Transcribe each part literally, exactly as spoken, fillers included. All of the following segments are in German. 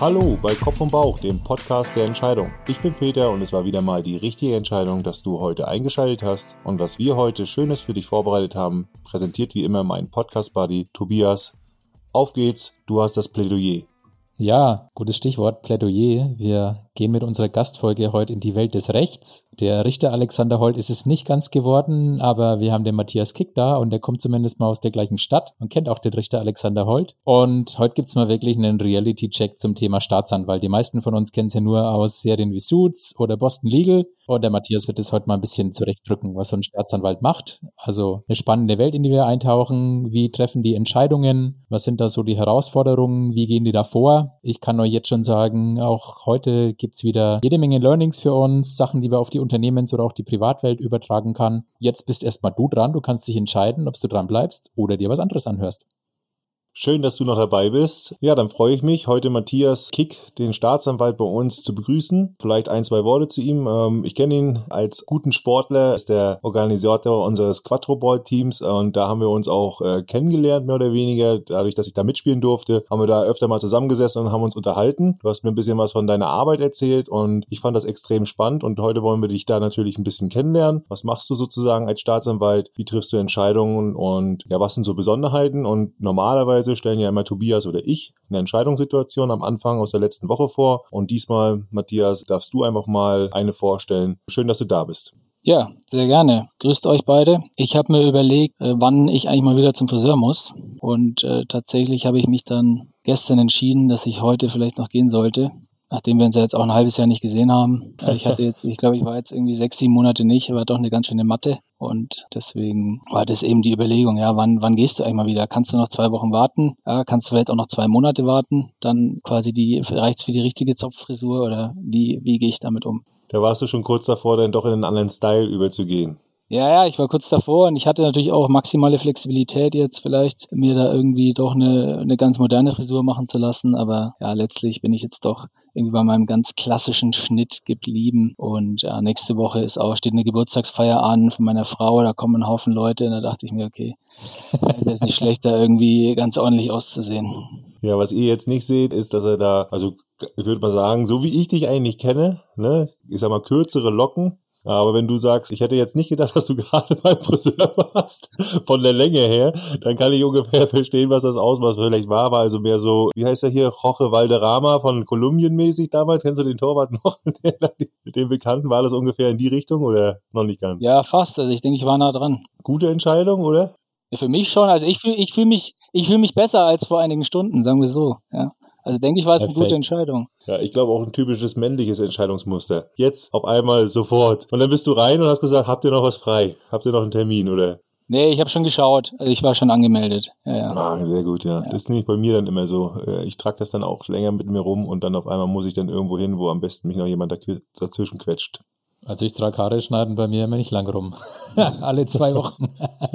Hallo bei Kopf und Bauch, dem Podcast der Entscheidung. Ich bin Peter und es war wieder mal die richtige Entscheidung, dass du heute eingeschaltet hast. Und was wir heute Schönes für dich vorbereitet haben, präsentiert wie immer mein Podcast-Buddy Tobias. Auf geht's, du hast das Plädoyer. Ja, gutes Stichwort, Plädoyer. Wir gehen mit unserer Gastfolge heute in die Welt des Rechts. Der Richter Alexander Holt ist es nicht ganz geworden, aber wir haben den Matthias Kick da und der kommt zumindest mal aus der gleichen Stadt und kennt auch den Richter Alexander Holt. Und heute gibt's mal wirklich einen Reality-Check zum Thema Staatsanwalt. Die meisten von uns kennen es ja nur aus Serien wie Suits oder Boston Legal. Und der Matthias wird es heute mal ein bisschen zurechtdrücken, was so ein Staatsanwalt macht. Also eine spannende Welt, in die wir eintauchen. Wie treffen die Entscheidungen? Was sind da so die Herausforderungen? Wie gehen die da vor? Ich kann euch jetzt schon sagen, auch heute gibt's wieder jede Menge Learnings für uns, Sachen, die wir auf die Unternehmens- oder auch die Privatwelt übertragen kann. Jetzt bist erstmal du dran. Du kannst dich entscheiden, ob du dran bleibst oder dir was anderes anhörst. Schön, dass du noch dabei bist. Ja, dann freue ich mich, heute Matthias Kick, den Staatsanwalt, bei uns zu begrüßen. Vielleicht ein, zwei Worte zu ihm. Ähm, ich kenne ihn als guten Sportler, ist der Organisator unseres Quattroball-Teams und da haben wir uns auch äh, kennengelernt, mehr oder weniger. Dadurch, dass ich da mitspielen durfte, haben wir da öfter mal zusammengesessen und haben uns unterhalten. Du hast mir ein bisschen was von deiner Arbeit erzählt und ich fand das extrem spannend und heute wollen wir dich da natürlich ein bisschen kennenlernen. Was machst du sozusagen als Staatsanwalt? Wie triffst du Entscheidungen und ja, was sind so Besonderheiten? Und normalerweise stellen ja immer Tobias oder ich eine Entscheidungssituation am Anfang aus der letzten Woche vor. Und diesmal, Matthias, darfst du einfach mal eine vorstellen. Schön, dass du da bist. Ja, sehr gerne. Grüßt euch beide. Ich habe mir überlegt, äh, wann ich eigentlich mal wieder zum Friseur muss. Und äh, tatsächlich habe ich mich dann gestern entschieden, dass ich heute vielleicht noch gehen sollte. Nachdem wir uns ja jetzt auch ein halbes Jahr nicht gesehen haben. Ich hatte jetzt, ich glaube, ich war jetzt irgendwie sechs, sieben Monate nicht, aber doch eine ganz schöne Matte. Und deswegen war das eben die Überlegung, ja, wann, wann gehst du eigentlich mal wieder? Kannst du noch zwei Wochen warten? Ja, kannst du vielleicht auch noch zwei Monate warten? Dann quasi die, reicht's für die richtige Zopffrisur oder wie, wie gehe ich damit um? Da warst du schon kurz davor, dann doch in einen anderen Style überzugehen. Ja, ja, ich war kurz davor und ich hatte natürlich auch maximale Flexibilität jetzt vielleicht, mir da irgendwie doch eine, eine ganz moderne Frisur machen zu lassen. Aber ja, letztlich bin ich jetzt doch irgendwie bei meinem ganz klassischen Schnitt geblieben. Und ja, nächste Woche ist auch, steht eine Geburtstagsfeier an von meiner Frau, da kommen ein Haufen Leute und da dachte ich mir, okay, wäre es nicht schlecht, da irgendwie ganz ordentlich auszusehen. Ja, was ihr jetzt nicht seht, ist, dass er da, also ich würde mal sagen, so wie ich dich eigentlich kenne, ne, ich sag mal kürzere Locken. Aber wenn du sagst, ich hätte jetzt nicht gedacht, dass du gerade beim Friseur warst, von der Länge her, dann kann ich ungefähr verstehen, was das Ausmaß vielleicht war. War also mehr so, wie heißt er hier, Jorge Valderrama von Kolumbien mäßig damals? Kennst du den Torwart noch? Mit dem Bekannten, war das ungefähr in die Richtung oder noch nicht ganz? Ja, fast. Also ich denke, ich war nah dran. Gute Entscheidung, oder? Ja, für mich schon. Also ich fühle ich fühl mich, ich fühl mich besser als vor einigen Stunden, sagen wir so. Ja. Also denke ich, war es eine gute Entscheidung. Ja, ich glaube auch ein typisches männliches Entscheidungsmuster. Jetzt auf einmal sofort. Und dann bist du rein und hast gesagt, habt ihr noch was frei? Habt ihr noch einen Termin, oder? Nee, ich habe schon geschaut. Also ich war schon angemeldet. Ja, ja. Ah, sehr gut, ja. ja. Das ist nämlich bei mir dann immer so. Ich trage das dann auch länger mit mir rum und dann auf einmal muss ich dann irgendwo hin, wo am besten mich noch jemand dazwischen quetscht. Also ich trage Haare schneiden bei mir immer nicht lang rum. Alle zwei Wochen.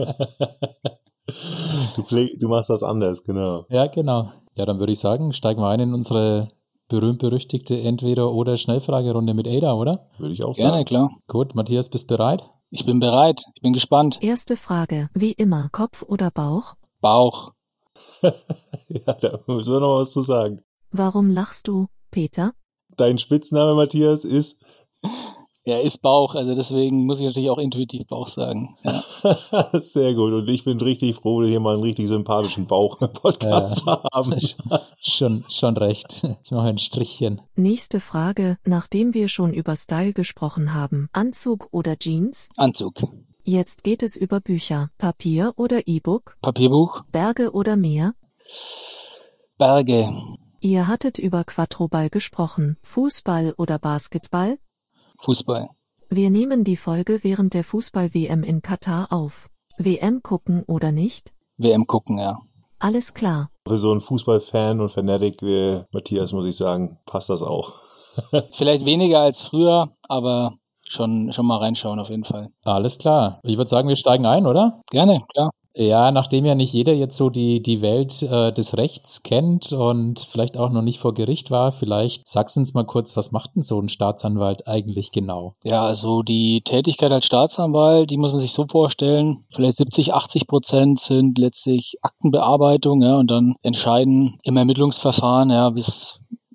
Du, pfleg, du machst das anders, genau. Ja, genau. Ja, dann würde ich sagen, steigen wir ein in unsere berühmt-berüchtigte Entweder-oder-Schnellfragerunde mit Ada, oder? Würde ich auch Gerne, sagen. klar. Gut, Matthias, bist bereit? Ich bin bereit. Ich bin gespannt. Erste Frage, wie immer, Kopf oder Bauch? Bauch. Ja, da müssen wir noch was zu sagen. Warum lachst du, Peter? Dein Spitzname, Matthias, ist... Ja, ist Bauch, also deswegen muss ich natürlich auch intuitiv Bauch sagen. Ja. Sehr gut und ich bin richtig froh, hier mal einen richtig sympathischen Bauch im Podcast ja. zu haben. schon, schon recht. Ich mache ein Strichchen. Nächste Frage, nachdem wir schon über Style gesprochen haben. Anzug oder Jeans? Anzug. Jetzt geht es über Bücher. Papier oder E-Book? Papierbuch. Berge oder Meer? Berge. Ihr hattet über Quattroball gesprochen. Fußball oder Basketball? Fußball. Wir nehmen die Folge während der Fußball-W M in Katar auf. W M gucken oder nicht? W M gucken, ja. Alles klar. Für so einen Fußballfan und Fanatic wie Matthias, muss ich sagen, passt das auch. Vielleicht weniger als früher, aber schon, schon mal reinschauen auf jeden Fall. Alles klar. Ich würde sagen, wir steigen ein, oder? Gerne, klar. Ja, nachdem ja nicht jeder jetzt so die, die Welt äh, des Rechts kennt und vielleicht auch noch nicht vor Gericht war, vielleicht sagst du uns mal kurz, was macht denn so ein Staatsanwalt eigentlich genau? Ja, also die Tätigkeit als Staatsanwalt, die muss man sich so vorstellen, vielleicht siebzig, achtzig Prozent sind letztlich Aktenbearbeitung, ja, und dann entscheiden im Ermittlungsverfahren, ja, bis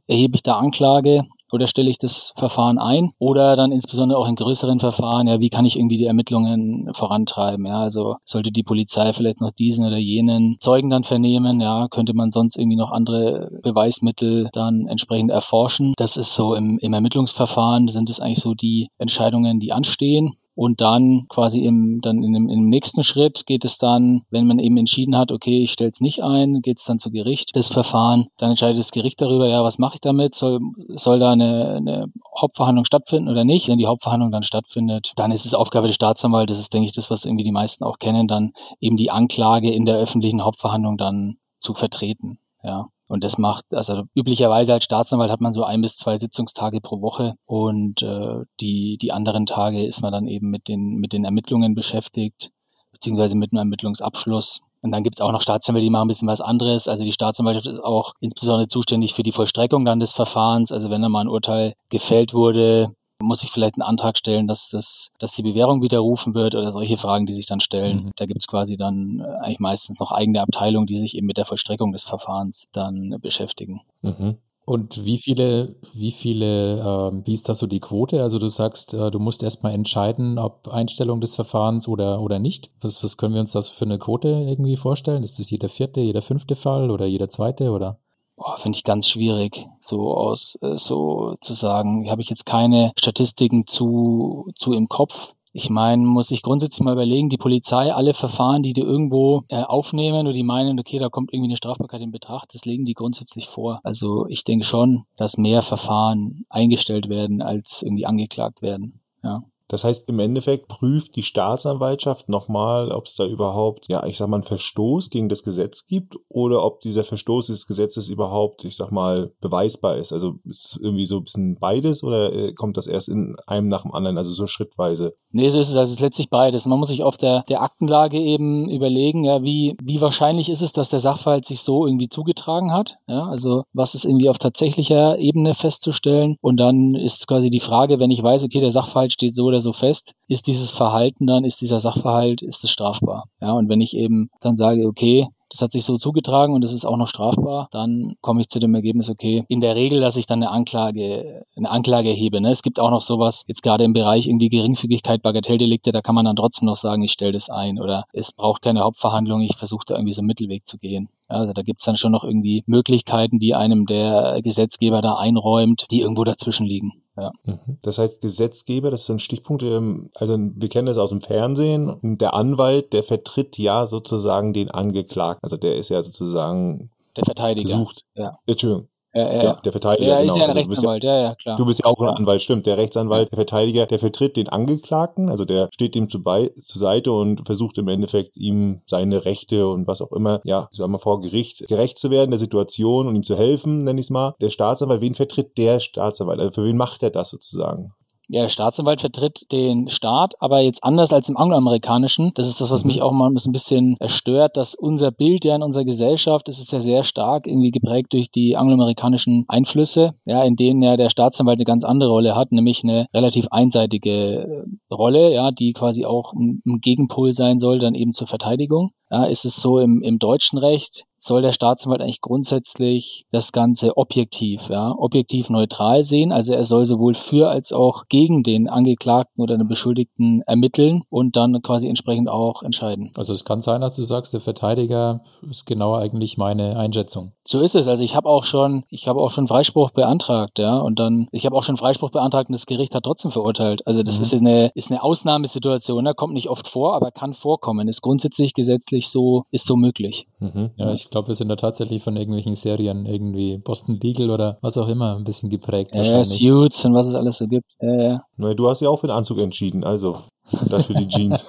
erhebe ich da Anklage oder stelle ich das Verfahren ein? Oder dann insbesondere auch in größeren Verfahren, ja, wie kann ich irgendwie die Ermittlungen vorantreiben? Ja, also sollte die Polizei vielleicht noch diesen oder jenen Zeugen dann vernehmen, ja, könnte man sonst irgendwie noch andere Beweismittel dann entsprechend erforschen. Das ist so im, im Ermittlungsverfahren, sind es eigentlich so die Entscheidungen, die anstehen. Und dann quasi im, dann in dem, im nächsten Schritt geht es dann, wenn man eben entschieden hat, okay, ich stelle es nicht ein, geht es dann zu Gericht, das Verfahren. Dann entscheidet das Gericht darüber, ja, was mache ich damit? Soll, soll da eine, eine Hauptverhandlung stattfinden oder nicht? Wenn die Hauptverhandlung dann stattfindet, dann ist es Aufgabe des Staatsanwalts, das ist, denke ich, das, was irgendwie die meisten auch kennen, dann eben die Anklage in der öffentlichen Hauptverhandlung dann zu vertreten, ja. Und das macht, also üblicherweise als Staatsanwalt hat man so ein bis zwei Sitzungstage pro Woche und äh, die die anderen Tage ist man dann eben mit den mit den Ermittlungen beschäftigt, beziehungsweise mit einem Ermittlungsabschluss. Und dann gibt es auch noch Staatsanwälte, die machen ein bisschen was anderes. Also die Staatsanwaltschaft ist auch insbesondere zuständig für die Vollstreckung dann des Verfahrens. Also wenn da mal ein Urteil gefällt wurde, muss ich vielleicht einen Antrag stellen, dass das, dass die Bewährung widerrufen wird oder solche Fragen, die sich dann stellen. Mhm. Da gibt es quasi dann eigentlich meistens noch eigene Abteilungen, die sich eben mit der Vollstreckung des Verfahrens dann beschäftigen. Mhm. Und wie viele, wie viele, äh, wie ist das so die Quote? Also du sagst, äh, du musst erstmal entscheiden, ob Einstellung des Verfahrens oder, oder nicht. Was, was können wir uns das für eine Quote irgendwie vorstellen? Ist das jeder vierte, jeder fünfte Fall oder jeder zweite oder? Boah, finde ich ganz schwierig, so aus, äh, so zu sagen. Habe ich jetzt keine Statistiken zu, zu im Kopf. Ich meine, muss ich grundsätzlich mal überlegen, die Polizei, alle Verfahren, die die irgendwo äh, aufnehmen oder die meinen, okay, da kommt irgendwie eine Strafbarkeit in Betracht, das legen die grundsätzlich vor. Also ich denke schon, dass mehr Verfahren eingestellt werden, als irgendwie angeklagt werden, ja. Das heißt, im Endeffekt prüft die Staatsanwaltschaft nochmal, ob es da überhaupt, ja, ich sag mal, einen Verstoß gegen das Gesetz gibt oder ob dieser Verstoß des Gesetzes überhaupt, ich sag mal, beweisbar ist. Also ist es irgendwie so ein bisschen beides oder äh, kommt das erst in einem nach dem anderen, also so schrittweise? Nee, so ist es. Also es ist letztlich beides. Man muss sich auf der, der Aktenlage eben überlegen, ja, wie, wie wahrscheinlich ist es, dass der Sachverhalt sich so irgendwie zugetragen hat. Ja, also was ist irgendwie auf tatsächlicher Ebene festzustellen. Und dann ist quasi die Frage, wenn ich weiß, okay, der Sachverhalt steht so oder so fest, ist dieses Verhalten dann, ist dieser Sachverhalt, ist es strafbar? Ja, und wenn ich eben dann sage, okay, das hat sich so zugetragen und das ist auch noch strafbar, dann komme ich zu dem Ergebnis, okay, in der Regel, dass ich dann eine Anklage, eine Anklage erhebe. Ne? Es gibt auch noch sowas, jetzt gerade im Bereich irgendwie Geringfügigkeit, Bagatelldelikte, da kann man dann trotzdem noch sagen, ich stelle das ein oder es braucht keine Hauptverhandlung, ich versuche da irgendwie so einen Mittelweg zu gehen. Also da gibt es dann schon noch irgendwie Möglichkeiten, die einem der Gesetzgeber da einräumt, die irgendwo dazwischen liegen. Ja. Das heißt, Gesetzgeber, das ist so ein Stichpunkt, also wir kennen das aus dem Fernsehen, der Anwalt, der vertritt ja sozusagen den Angeklagten, also der ist ja sozusagen der Verteidiger. Gesucht. Ja. Entschüldung. Ja, ja, ja, der Verteidiger, ja, genau. Der also Rechtsanwalt, ja, ja, klar. Du bist ja auch ein ja. Anwalt, stimmt. Der Rechtsanwalt, der Verteidiger, der vertritt den Angeklagten, also der steht ihm zu bei, zur Seite und versucht im Endeffekt ihm seine Rechte und was auch immer, ja, ich sag mal vor Gericht gerecht zu werden, der Situation und ihm zu helfen, nenne ich es mal. Der Staatsanwalt, wen vertritt der Staatsanwalt? Also für wen macht er das sozusagen? Ja, der Staatsanwalt vertritt den Staat, aber jetzt anders als im angloamerikanischen. Das ist das, was mhm. mich auch mal ein bisschen stört, dass unser Bild ja in unserer Gesellschaft, das ist ja sehr stark irgendwie geprägt durch die angloamerikanischen Einflüsse, ja, in denen ja der Staatsanwalt eine ganz andere Rolle hat, nämlich eine relativ einseitige Rolle, ja, die quasi auch ein Gegenpol sein soll, dann eben zur Verteidigung. Ja, ist es so im, im deutschen Recht, soll der Staatsanwalt eigentlich grundsätzlich das Ganze objektiv, ja, objektiv neutral sehen. Also er soll sowohl für als auch gegen den Angeklagten oder den Beschuldigten ermitteln und dann quasi entsprechend auch entscheiden. Also es kann sein, dass du sagst, der Verteidiger ist genau eigentlich meine Einschätzung. So ist es. Also ich habe auch schon, ich habe auch schon Freispruch beantragt, ja, und dann, ich habe auch schon Freispruch beantragt und das Gericht hat trotzdem verurteilt. Also das mhm. ist eine, ist eine Ausnahmesituation, ne? Kommt nicht oft vor, aber kann vorkommen. Ist grundsätzlich gesetzlich so, ist so möglich. Mhm. Ja, ich Ich glaube, wir sind da tatsächlich von irgendwelchen Serien, irgendwie Boston Legal oder was auch immer, ein bisschen geprägt ja, wahrscheinlich. Suits und was es alles so gibt. Ja, ja. Na, du hast ja auch für den Anzug entschieden, also das für die Jeans.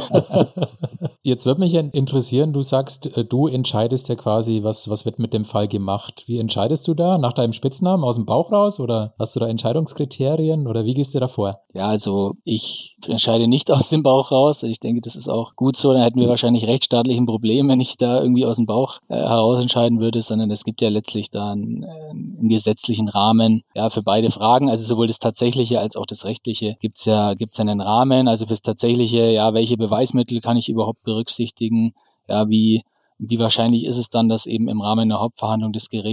Jetzt würde mich interessieren, du sagst, du entscheidest ja quasi, was, was wird mit dem Fall gemacht. Wie entscheidest du da? Nach deinem Spitznamen aus dem Bauch raus oder hast du da Entscheidungskriterien oder wie gehst du da vor? Ja, also ich entscheide nicht aus dem Bauch raus. Ich denke, das ist auch gut so. Dann hätten wir wahrscheinlich rechtsstaatlich ein Problem, wenn ich da irgendwie aus dem Bauch äh, heraus entscheiden würde, sondern es gibt ja letztlich da einen, äh, einen gesetzlichen Rahmen, ja, für beide Fragen. Also sowohl das Tatsächliche als auch das Rechtliche gibt's ja, gibt's ja einen Rahmen. Also fürs Tatsächliche, ja, welche Beweismittel kann ich überhaupt berücksichtigen? Ja, wie, wie wahrscheinlich ist es dann, dass eben im Rahmen einer Hauptverhandlung das Gericht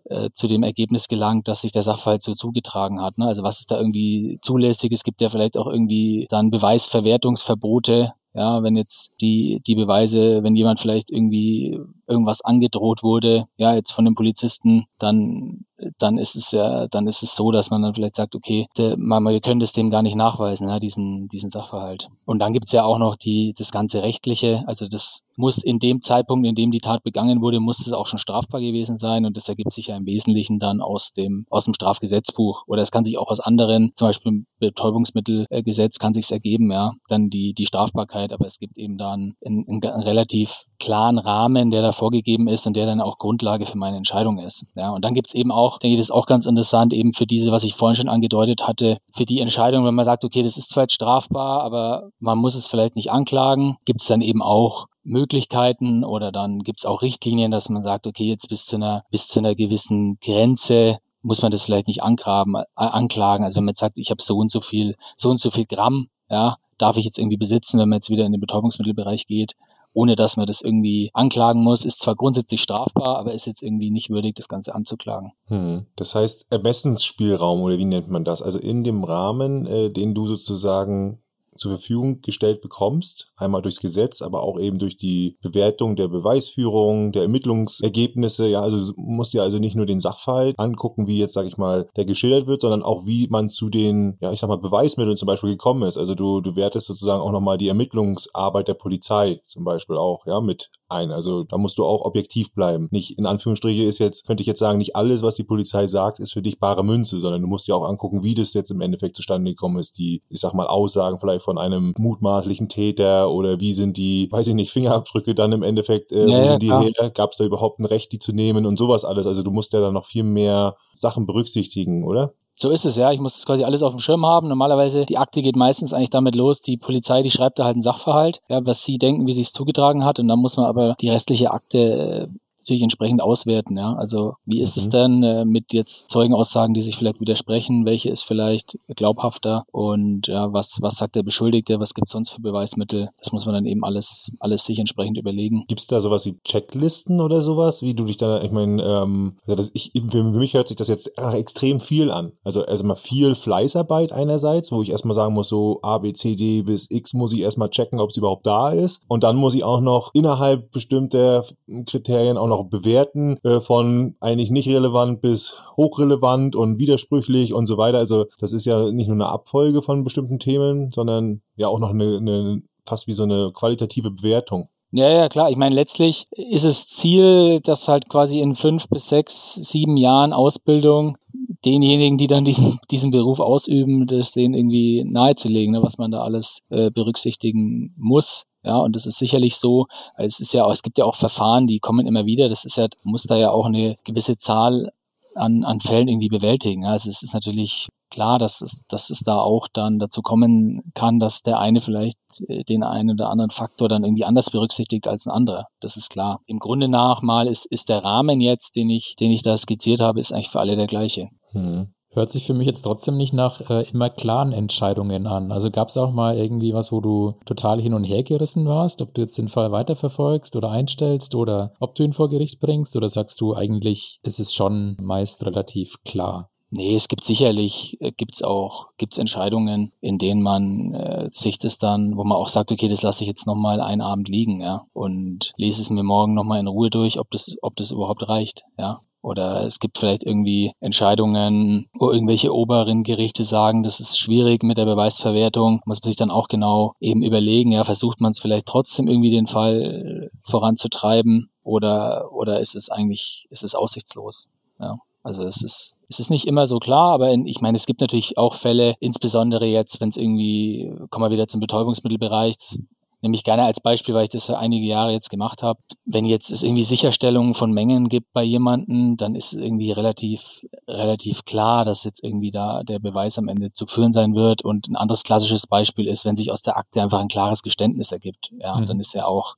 äh, zu dem Ergebnis gelangt, dass sich der Sachverhalt so zugetragen hat. Ne? Also was ist da irgendwie zulässig? Es gibt ja vielleicht auch irgendwie dann Beweisverwertungsverbote. Ja, wenn jetzt die, die Beweise, wenn jemand vielleicht irgendwie irgendwas angedroht wurde, ja, jetzt von dem Polizisten, dann, dann ist es ja, dann ist es so, dass man dann vielleicht sagt, okay, der, man, wir können das dem gar nicht nachweisen, ja, diesen, diesen Sachverhalt. Und dann gibt's ja auch noch die, das ganze Rechtliche, also das muss in dem Zeitpunkt, in dem die Tat begangen wurde, muss es auch schon strafbar gewesen sein und das ergibt sich ja im Wesentlichen dann aus dem, aus dem Strafgesetzbuch oder es kann sich auch aus anderen, zum Beispiel im Betäubungsmittelgesetz kann sich's ergeben, ja, dann die, die Strafbarkeit, aber es gibt eben dann einen, einen, einen relativ klaren Rahmen, der da vorgegeben ist und der dann auch Grundlage für meine Entscheidung ist. Ja, und dann gibt's eben auch, denke ich, das ist auch ganz interessant, eben für diese, was ich vorhin schon angedeutet hatte, für die Entscheidung, wenn man sagt, okay, das ist zwar jetzt strafbar, aber man muss es vielleicht nicht anklagen, gibt's dann eben auch Möglichkeiten oder dann gibt's auch Richtlinien, dass man sagt, okay, jetzt bis zu einer, bis zu einer gewissen Grenze muss man das vielleicht nicht angraben, äh, anklagen. Also wenn man jetzt sagt, ich habe so und so viel, so und so viel Gramm, ja, darf ich jetzt irgendwie besitzen, wenn man jetzt wieder in den Betäubungsmittelbereich geht, ohne dass man das irgendwie anklagen muss, ist zwar grundsätzlich strafbar, aber ist jetzt irgendwie nicht würdig, das Ganze anzuklagen. Hm. Das heißt, Ermessensspielraum oder wie nennt man das? Also in dem Rahmen, äh, den du sozusagen zur Verfügung gestellt bekommst, einmal durchs Gesetz, aber auch eben durch die Bewertung der Beweisführung, der Ermittlungsergebnisse. Ja, also du musst dir also nicht nur den Sachverhalt angucken, wie jetzt, sag ich mal, der geschildert wird, sondern auch, wie man zu den, ja, ich sag mal, Beweismitteln zum Beispiel gekommen ist. Also du, du wertest sozusagen auch nochmal die Ermittlungsarbeit der Polizei zum Beispiel auch, ja, mit ein. Also da musst du auch objektiv bleiben. Nicht, in Anführungsstriche ist jetzt, könnte ich jetzt sagen, nicht alles, was die Polizei sagt, ist für dich bare Münze, sondern du musst dir auch angucken, wie das jetzt im Endeffekt zustande gekommen ist. Die, ich sag mal, Aussagen vielleicht von einem mutmaßlichen Täter oder wie sind die, weiß ich nicht, Fingerabdrücke dann im Endeffekt, äh, ja, wo ja, sind die klar. her? Gab es da überhaupt ein Recht, die zu nehmen und sowas alles? Also du musst ja dann noch viel mehr Sachen berücksichtigen, oder? So ist es, ja. Ich muss das quasi alles auf dem Schirm haben. Normalerweise, die Akte geht meistens eigentlich damit los, die Polizei, die schreibt da halt einen Sachverhalt, ja, was sie denken, wie sich es zugetragen hat. Und dann muss man aber die restliche Akte äh, natürlich entsprechend auswerten, ja. Also wie ist es Mhm. denn äh, mit jetzt Zeugenaussagen, die sich vielleicht widersprechen? Welche ist vielleicht glaubhafter? Und ja, was was sagt der Beschuldigte? Was gibt's sonst für Beweismittel? Das muss man dann eben alles alles sich entsprechend überlegen. Gibt es da sowas wie Checklisten oder sowas, wie du dich da, ich meine, ähm, also das, ich, für, für mich hört sich das jetzt nach extrem viel an. Also erstmal viel Fleißarbeit einerseits, wo ich erstmal sagen muss, so A, B, C, D bis X muss ich erstmal checken, ob es überhaupt da ist. Und dann muss ich auch noch innerhalb bestimmter Kriterien auch noch bewerten, äh, von eigentlich nicht relevant bis hochrelevant und widersprüchlich und so weiter. Also das ist ja nicht nur eine Abfolge von bestimmten Themen, sondern ja auch noch eine, eine fast wie so eine qualitative Bewertung. Ja, ja, klar. Ich meine, letztlich ist es Ziel, dass halt quasi in fünf bis sechs, sieben Jahren Ausbildung denjenigen, die dann diesen diesen Beruf ausüben, das denen irgendwie nahezulegen, ne, was man da alles äh, berücksichtigen muss. Ja, und das ist sicherlich so. Es ist ja, auch, es gibt ja auch Verfahren, die kommen immer wieder. Das ist ja, muss da ja auch eine gewisse Zahl an an Fällen irgendwie bewältigen. Also es ist natürlich klar, dass es, dass es da auch dann dazu kommen kann, dass der eine vielleicht den einen oder anderen Faktor dann irgendwie anders berücksichtigt als ein anderer. Das ist klar. Im Grunde nach mal ist, ist der Rahmen jetzt, den ich, den ich da skizziert habe, ist eigentlich für alle der gleiche. Hm. Hört sich für mich jetzt trotzdem nicht nach äh, immer klaren Entscheidungen an. Also gab es auch mal irgendwie was, wo du total hin und her gerissen warst, ob du jetzt den Fall weiterverfolgst oder einstellst oder ob du ihn vor Gericht bringst, oder sagst du, eigentlich ist es schon meist relativ klar? Nee, es gibt sicherlich, äh, gibt's auch, gibt's Entscheidungen, in denen man äh, sich das dann, wo man auch sagt, okay, das lasse ich jetzt nochmal einen Abend liegen, ja, und lese es mir morgen nochmal in Ruhe durch, ob das, ob das überhaupt reicht, ja. Oder es gibt vielleicht irgendwie Entscheidungen, wo irgendwelche oberen Gerichte sagen, das ist schwierig mit der Beweisverwertung, muss man sich dann auch genau eben überlegen, ja, versucht man es vielleicht trotzdem irgendwie den Fall voranzutreiben oder, oder ist es eigentlich, ist es aussichtslos, ja. Also es ist, es ist nicht immer so klar, aber in, ich meine, es gibt natürlich auch Fälle, insbesondere jetzt, wenn es irgendwie, kommen wir wieder zum Betäubungsmittelbereich, nehme ich gerne als Beispiel, weil ich das ja einige Jahre jetzt gemacht habe. Wenn jetzt es irgendwie Sicherstellungen von Mengen gibt bei jemandem, dann ist es irgendwie relativ, relativ klar, dass jetzt irgendwie da der Beweis am Ende zu führen sein wird. Und ein anderes klassisches Beispiel ist, wenn sich aus der Akte einfach ein klares Geständnis ergibt. Ja, mhm. Dann ist ja auch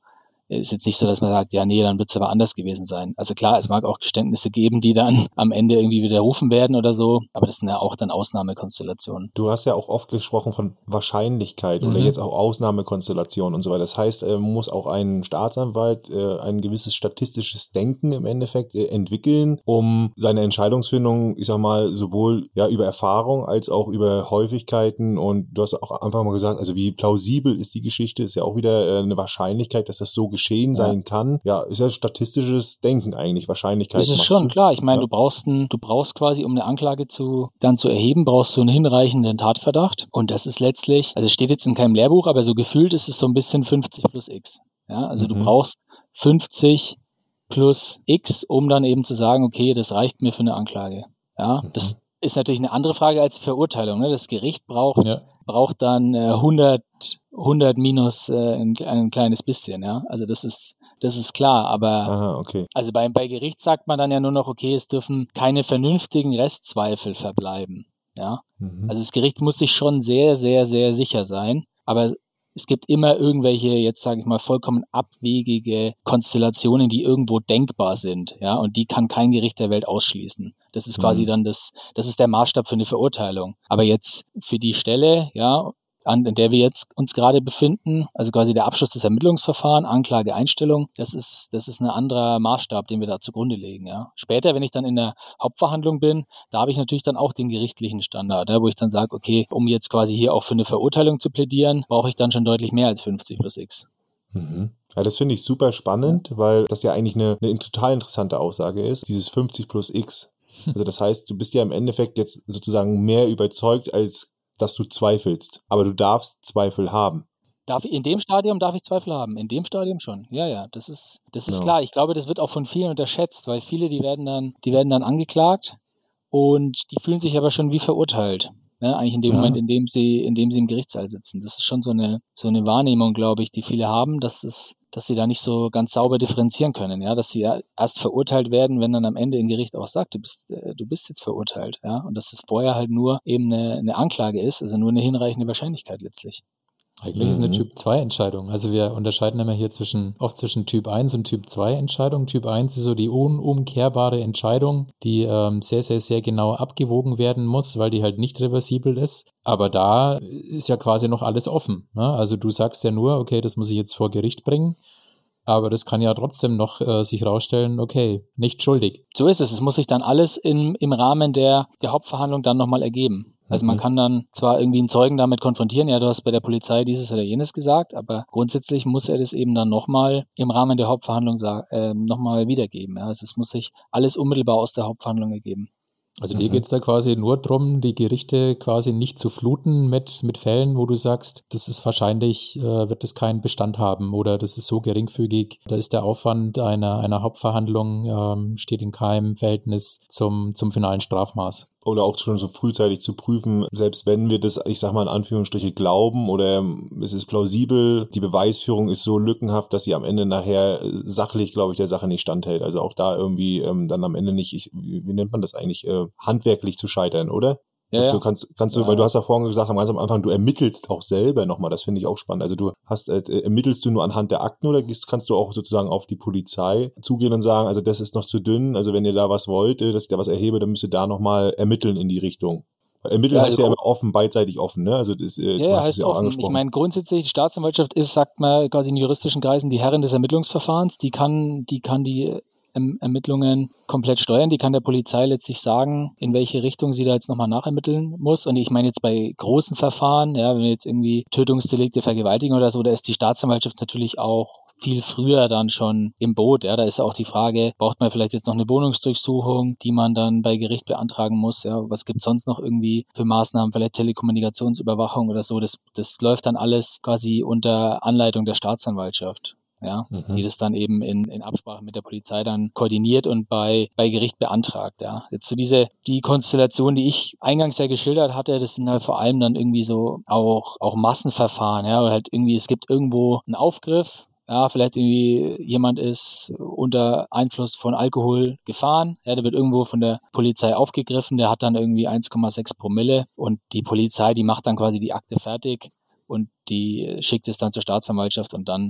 ist jetzt nicht so, dass man sagt, ja, nee, dann wird es aber anders gewesen sein. Also klar, es mag auch Geständnisse geben, die dann am Ende irgendwie widerrufen werden oder so, aber das sind ja auch dann Ausnahmekonstellationen. Du hast ja auch oft gesprochen von Wahrscheinlichkeit mhm. oder jetzt auch Ausnahmekonstellationen und so weiter. Das heißt, äh, muss auch ein Staatsanwalt äh, ein gewisses statistisches Denken im Endeffekt äh, entwickeln, um seine Entscheidungsfindung, ich sag mal, sowohl ja über Erfahrung als auch über Häufigkeiten, und du hast auch einfach mal gesagt, also wie plausibel ist die Geschichte, ist ja auch wieder äh, eine Wahrscheinlichkeit, dass das so geschehen ja. sein kann. Ja, ist ja statistisches Denken eigentlich, Wahrscheinlichkeit. Das ist schon du. klar. Ich meine, ja. du brauchst ein, du brauchst quasi, um eine Anklage zu dann zu erheben, brauchst du einen hinreichenden Tatverdacht. Und das ist letztlich, also es steht jetzt in keinem Lehrbuch, aber so gefühlt ist es so ein bisschen fünfzig plus X. Ja, also mhm. du brauchst fünfzig plus X, um dann eben zu sagen, okay, das reicht mir für eine Anklage. Ja, mhm. das ist natürlich eine andere Frage als die Verurteilung. Ne? Das Gericht braucht ja. braucht dann äh, hundert, hundert minus äh, ein, ein kleines bisschen. Ja, also das ist Das ist klar, aber Aha, okay. also bei, bei Gericht sagt man dann ja nur noch, okay, es dürfen keine vernünftigen Restzweifel verbleiben. Ja, mhm. also das Gericht muss sich schon sehr, sehr, sehr sicher sein, aber es gibt immer irgendwelche, jetzt sage ich mal, vollkommen abwegige Konstellationen, die irgendwo denkbar sind, ja, und die kann kein Gericht der Welt ausschließen. Das ist quasi mhm. dann das, das ist der Maßstab für eine Verurteilung. Aber jetzt für die Stelle, ja, an der wir jetzt uns gerade befinden, also quasi der Abschluss des Ermittlungsverfahrens, Anklageeinstellung, das ist, das ist ein anderer Maßstab, den wir da zugrunde legen, ja. Später, wenn ich dann in der Hauptverhandlung bin, da habe ich natürlich dann auch den gerichtlichen Standard, ja, wo ich dann sage, okay, um jetzt quasi hier auch für eine Verurteilung zu plädieren, brauche ich dann schon deutlich mehr als fünfzig plus X. Mhm. Ja, das finde ich super spannend, weil das ja eigentlich eine, eine total interessante Aussage ist, dieses fünfzig plus X. Also das heißt, du bist ja im Endeffekt jetzt sozusagen mehr überzeugt, als dass du zweifelst. Aber du darfst Zweifel haben. Darf, in dem Stadium darf ich Zweifel haben. In dem Stadium schon. Ja, ja, das ist, das ist no. klar. Ich glaube, das wird auch von vielen unterschätzt, weil viele, die werden dann, die werden dann angeklagt und die fühlen sich aber schon wie verurteilt. Ja, eigentlich in dem ja. Moment, in dem sie, in dem sie im Gerichtssaal sitzen. Das ist schon so eine, so eine Wahrnehmung, glaube ich, die viele haben, dass es, dass sie da nicht so ganz sauber differenzieren können, ja, dass sie ja erst verurteilt werden, wenn dann am Ende ein Gericht auch sagt, du bist, äh, du bist jetzt verurteilt, ja, und dass es vorher halt nur eben eine, eine Anklage ist, also nur eine hinreichende Wahrscheinlichkeit letztlich. Eigentlich mhm. ist eine Typ zwei Entscheidung. Also wir unterscheiden immer hier zwischen, oft zwischen Typ eins und Typ zwei Entscheidung. Typ eins ist so die unumkehrbare Entscheidung, die ähm, sehr, sehr, sehr genau abgewogen werden muss, weil die halt nicht reversibel ist. Aber da ist ja quasi noch alles offen. Ne? Also du sagst ja nur, okay, das muss ich jetzt vor Gericht bringen. Aber das kann ja trotzdem noch äh, sich rausstellen, okay, nicht schuldig. So ist es. Es muss sich dann alles im, im Rahmen der, der Hauptverhandlung dann nochmal ergeben. Also man kann dann zwar irgendwie einen Zeugen damit konfrontieren, ja, du hast bei der Polizei dieses oder jenes gesagt, aber grundsätzlich muss er das eben dann nochmal im Rahmen der Hauptverhandlung äh, nochmal wiedergeben. Ja. Also es muss sich alles unmittelbar aus der Hauptverhandlung ergeben. Also dir mhm. geht es da quasi nur darum, die Gerichte quasi nicht zu fluten mit, mit Fällen, wo du sagst, das ist wahrscheinlich, äh, wird das keinen Bestand haben oder das ist so geringfügig, da ist der Aufwand einer, einer Hauptverhandlung, ähm, steht in keinem Verhältnis zum, zum finalen Strafmaß. Oder auch schon so frühzeitig zu prüfen, selbst wenn wir das, ich sag mal in Anführungsstriche, glauben oder es ist plausibel, die Beweisführung ist so lückenhaft, dass sie am Ende nachher sachlich, glaube ich, der Sache nicht standhält. Also auch da irgendwie ähm, dann am Ende nicht, ich, wie nennt man das eigentlich, äh, handwerklich zu scheitern, oder? Ja, ja. Du kannst, kannst du, ja. weil du hast ja vorhin gesagt, ganz am Anfang, du ermittelst auch selber nochmal, das finde ich auch spannend. Also du hast, äh, ermittelst du nur anhand der Akten oder gehst, kannst du auch sozusagen auf die Polizei zugehen und sagen, also das ist noch zu dünn, also wenn ihr da was wollt, dass ich da was erhebe, dann müsst ihr da nochmal ermitteln in die Richtung. Weil ermitteln ja, heißt also ja immer offen, beidseitig offen, ne? Also das, äh, ja, du hast heißt es ja auch offen. angesprochen. Ich meine, grundsätzlich, die Staatsanwaltschaft ist, sagt man quasi in juristischen Kreisen, die Herrin des Ermittlungsverfahrens, die kann, die kann die Ermittlungen komplett steuern. Die kann der Polizei letztlich sagen, in welche Richtung sie da jetzt nochmal nachermitteln muss. Und ich meine jetzt bei großen Verfahren, ja, wenn jetzt irgendwie Tötungsdelikte, Vergewaltigung oder so, da ist die Staatsanwaltschaft natürlich auch viel früher dann schon im Boot. Ja, da ist auch die Frage, braucht man vielleicht jetzt noch eine Wohnungsdurchsuchung, die man dann bei Gericht beantragen muss? Ja, was gibt's sonst noch irgendwie für Maßnahmen, vielleicht Telekommunikationsüberwachung oder so? Das, das läuft dann alles quasi unter Anleitung der Staatsanwaltschaft. Ja, mhm. die das dann eben in, in Absprache mit der Polizei dann koordiniert und bei, bei Gericht beantragt, ja. Jetzt so diese, die Konstellation, die ich eingangs ja geschildert hatte, das sind halt vor allem dann irgendwie so auch, auch Massenverfahren, ja, oder halt irgendwie, es gibt irgendwo einen Aufgriff, ja, vielleicht irgendwie jemand ist unter Einfluss von Alkohol gefahren, ja, der wird irgendwo von der Polizei aufgegriffen, der hat dann irgendwie eins Komma sechs Promille und die Polizei, die macht dann quasi die Akte fertig und die schickt es dann zur Staatsanwaltschaft und dann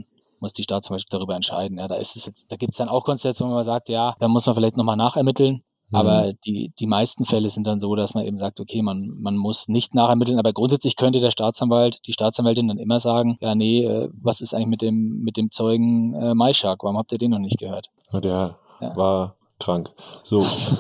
muss die Staatsanwaltschaft darüber entscheiden. Ja, da ist es jetzt, da gibt es dann auch Konstellationen, wo man sagt, ja, da muss man vielleicht nochmal nachermitteln. Mhm. Aber die, die meisten Fälle sind dann so, dass man eben sagt, okay, man, man muss nicht nachermitteln, aber grundsätzlich könnte der Staatsanwalt, die Staatsanwältin dann immer sagen, ja, nee, äh, was ist eigentlich mit dem, mit dem Zeugen äh, Maischak? Warum habt ihr den noch nicht gehört? Der ja. war krank. So.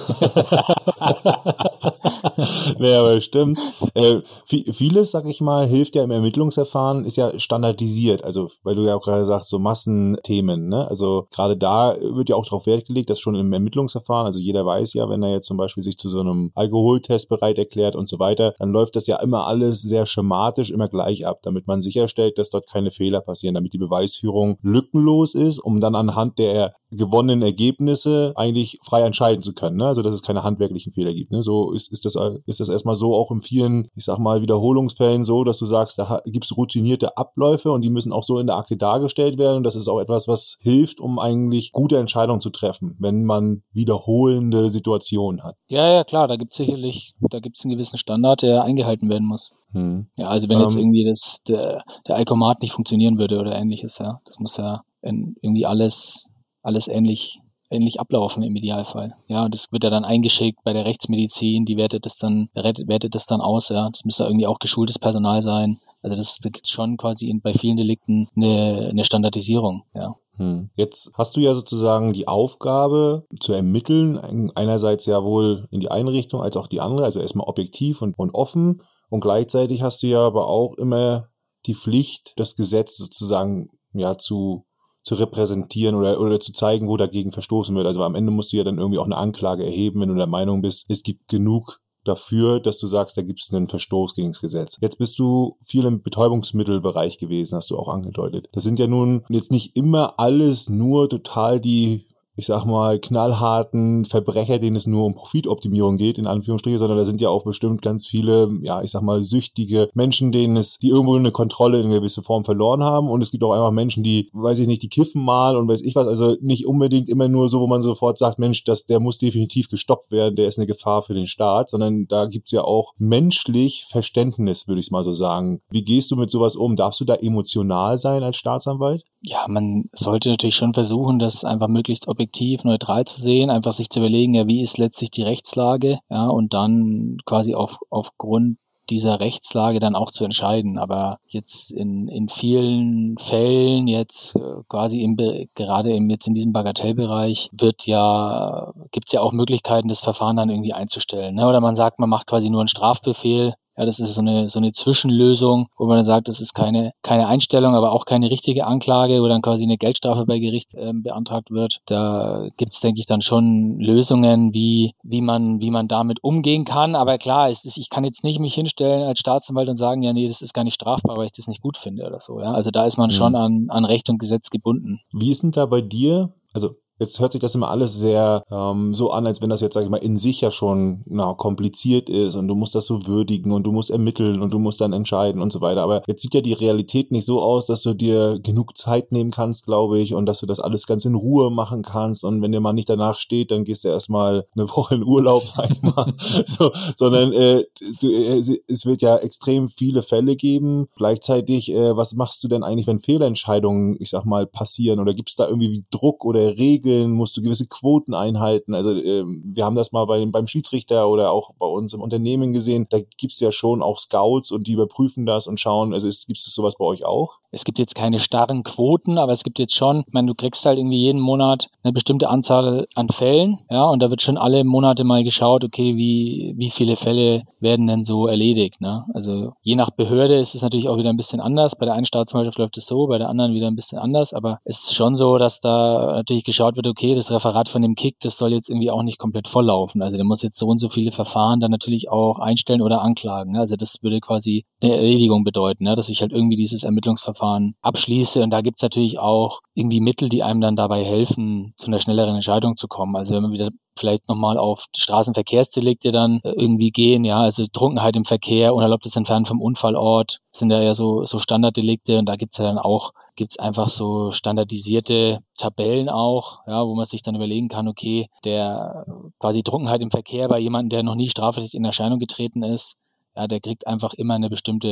Nee, aber stimmt. Äh, vieles, sag ich mal, hilft ja im Ermittlungsverfahren, ist ja standardisiert. Also, weil du ja auch gerade sagst, so Massenthemen, ne? Also, gerade da wird ja auch darauf Wert gelegt, dass schon im Ermittlungsverfahren, also jeder weiß ja, wenn er jetzt zum Beispiel sich zu so einem Alkoholtest bereit erklärt und so weiter, dann läuft das ja immer alles sehr schematisch, immer gleich ab, damit man sicherstellt, dass dort keine Fehler passieren, damit die Beweisführung lückenlos ist, um dann anhand der gewonnenen Ergebnisse eigentlich frei entscheiden zu können, ne? Also, dass es keine handwerklichen Fehler gibt, ne? So ist, ist das, ist das erstmal so auch in vielen, ich sag mal, Wiederholungsfällen so, dass du sagst, da gibt es routinierte Abläufe und die müssen auch so in der Akte dargestellt werden und das ist auch etwas, was hilft, um eigentlich gute Entscheidungen zu treffen, wenn man wiederholende Situationen hat. Ja, ja, klar, da gibt es sicherlich, da gibt es einen gewissen Standard, der eingehalten werden muss. Hm. Ja, also wenn jetzt ähm, irgendwie das, der, der Alkomat nicht funktionieren würde oder ähnliches, ja, das muss ja irgendwie alles alles ähnlich, ähnlich ablaufen im Idealfall. Ja, und das wird ja dann eingeschickt bei der Rechtsmedizin, die wertet das dann, wertet das dann aus, ja. Das müsste irgendwie auch geschultes Personal sein. Also das, da gibt es schon quasi in, bei vielen Delikten eine, eine Standardisierung, ja. Hm. Jetzt hast du ja sozusagen die Aufgabe zu ermitteln, einerseits ja wohl in die eine Richtung als auch die andere, also erstmal objektiv und, und offen und gleichzeitig hast du ja aber auch immer die Pflicht, das Gesetz sozusagen ja zu zu repräsentieren oder, oder zu zeigen, wo dagegen verstoßen wird. Also am Ende musst du ja dann irgendwie auch eine Anklage erheben, wenn du der Meinung bist, es gibt genug dafür, dass du sagst, da gibt es einen Verstoß gegen das Gesetz. Jetzt bist du viel im Betäubungsmittelbereich gewesen, hast du auch angedeutet. Das sind ja nun jetzt nicht immer alles nur total die, ich sag mal, knallharten Verbrecher, denen es nur um Profitoptimierung geht, in Anführungsstrichen, sondern da sind ja auch bestimmt ganz viele, ja, ich sag mal, süchtige Menschen, denen es, die irgendwo eine Kontrolle in einer gewissen Form verloren haben und es gibt auch einfach Menschen, die, weiß ich nicht, die kiffen mal und weiß ich was, also nicht unbedingt immer nur so, wo man sofort sagt, Mensch, das, der muss definitiv gestoppt werden, der ist eine Gefahr für den Staat, sondern da gibt's ja auch menschlich Verständnis, würde ich mal so sagen. Wie gehst du mit sowas um? Darfst du da emotional sein als Staatsanwalt? Ja, man sollte natürlich schon versuchen, das einfach möglichst objektiv, neutral zu sehen, einfach sich zu überlegen, ja, wie ist letztlich die Rechtslage, ja, und dann quasi auf, aufgrund dieser Rechtslage dann auch zu entscheiden. Aber jetzt in, in vielen Fällen jetzt äh, quasi im, gerade im, jetzt in diesem Bagatellbereich wird ja, gibt's ja auch Möglichkeiten, das Verfahren dann irgendwie einzustellen, ne? Oder man sagt, man macht quasi nur einen Strafbefehl. Ja, das ist so eine so eine Zwischenlösung, wo man dann sagt, das ist keine keine Einstellung, aber auch keine richtige Anklage, wo dann quasi eine Geldstrafe bei Gericht äh, beantragt wird. Da gibt's, denke ich, dann schon Lösungen, wie wie man wie man damit umgehen kann. Aber klar, es ist, ich kann jetzt nicht mich hinstellen als Staatsanwalt und sagen, ja, nee, das ist gar nicht strafbar, weil ich das nicht gut finde oder so. Ja, also da ist man mhm. schon an an Recht und Gesetz gebunden. Wie ist denn da bei dir? Also jetzt hört sich das immer alles sehr ähm, so an, als wenn das jetzt, sag ich mal, in sich ja schon na, kompliziert ist und du musst das so würdigen und du musst ermitteln und du musst dann entscheiden und so weiter. Aber jetzt sieht ja die Realität nicht so aus, dass du dir genug Zeit nehmen kannst, glaube ich, und dass du das alles ganz in Ruhe machen kannst. Und wenn dir mal nicht danach steht, dann gehst du erstmal eine Woche in Urlaub, sag ich mal. so, sondern äh, du, äh, es wird ja extrem viele Fälle geben. Gleichzeitig, äh, was machst du denn eigentlich, wenn Fehlentscheidungen, ich sag mal, passieren? Oder gibt es da irgendwie Druck oder Regeln? Musst du gewisse Quoten einhalten. Also äh, wir haben das mal bei, beim Schiedsrichter oder auch bei uns im Unternehmen gesehen. Da gibt's ja schon auch Scouts und die überprüfen das und schauen. Also gibt es sowas bei euch auch? Es gibt jetzt keine starren Quoten, aber es gibt jetzt schon, ich meine, du kriegst halt irgendwie jeden Monat eine bestimmte Anzahl an Fällen, ja, und da wird schon alle Monate mal geschaut, okay, wie wie viele Fälle werden denn so erledigt, ne? Also je nach Behörde ist es natürlich auch wieder ein bisschen anders. Bei der einen Staatsanwaltschaft läuft es so, bei der anderen wieder ein bisschen anders, aber es ist schon so, dass da natürlich geschaut wird, okay, das Referat von dem Kick, das soll jetzt irgendwie auch nicht komplett volllaufen. Also der muss jetzt so und so viele Verfahren dann natürlich auch einstellen oder anklagen, ne? Also das würde quasi eine Erledigung bedeuten, ne? Dass ich halt irgendwie dieses Ermittlungsverfahren abschließe. Und da gibt's natürlich auch irgendwie Mittel, die einem dann dabei helfen, zu einer schnelleren Entscheidung zu kommen. Also wenn man wieder vielleicht nochmal auf Straßenverkehrsdelikte dann irgendwie gehen, ja, also Trunkenheit im Verkehr, unerlaubtes Entfernen vom Unfallort, sind ja, ja so, so Standarddelikte und da gibt's ja dann auch, gibt's einfach so standardisierte Tabellen auch, ja, wo man sich dann überlegen kann, okay, der quasi Trunkenheit im Verkehr bei jemandem, der noch nie strafrechtlich in Erscheinung getreten ist, ja, der kriegt einfach immer eine bestimmte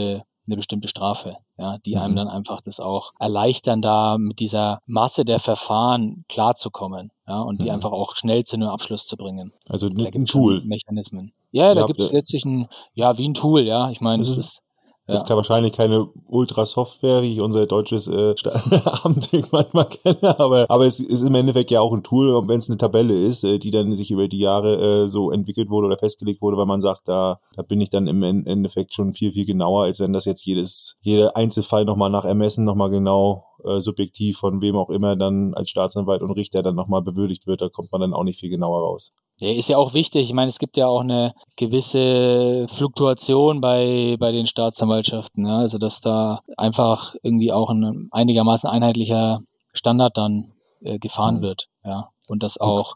eine bestimmte Strafe, ja, die Mhm. einem dann einfach das auch erleichtern, da mit dieser Masse der Verfahren klarzukommen, ja, und die Mhm. einfach auch schnell zu einem Abschluss zu bringen. Also Da ein gibt es Tool. schon Mechanismen. Ja, Ihr da habt, gibt es äh, letztlich ein, ja, wie ein Tool, ja. Ich meine, das Also, ist, Das ja. kann wahrscheinlich keine Ultra-Software, wie ich unser deutsches äh, Sta- Amt manchmal kenne, aber, aber es ist im Endeffekt ja auch ein Tool, und wenn es eine Tabelle ist, äh, die dann sich über die Jahre äh, so entwickelt wurde oder festgelegt wurde, weil man sagt, da, da bin ich dann im En- Endeffekt schon viel, viel genauer, als wenn das jetzt jedes, jeder Einzelfall nochmal nach Ermessen nochmal genau äh, subjektiv von wem auch immer dann als Staatsanwalt und Richter dann nochmal bewürdigt wird, da kommt man dann auch nicht viel genauer raus. Ja, ist ja auch wichtig. Ich meine, es gibt ja auch eine gewisse Fluktuation bei, bei den Staatsanwaltschaften, ja. Also, dass da einfach irgendwie auch ein einigermaßen einheitlicher Standard dann äh, gefahren Mhm. wird, ja. Und das Und, auch,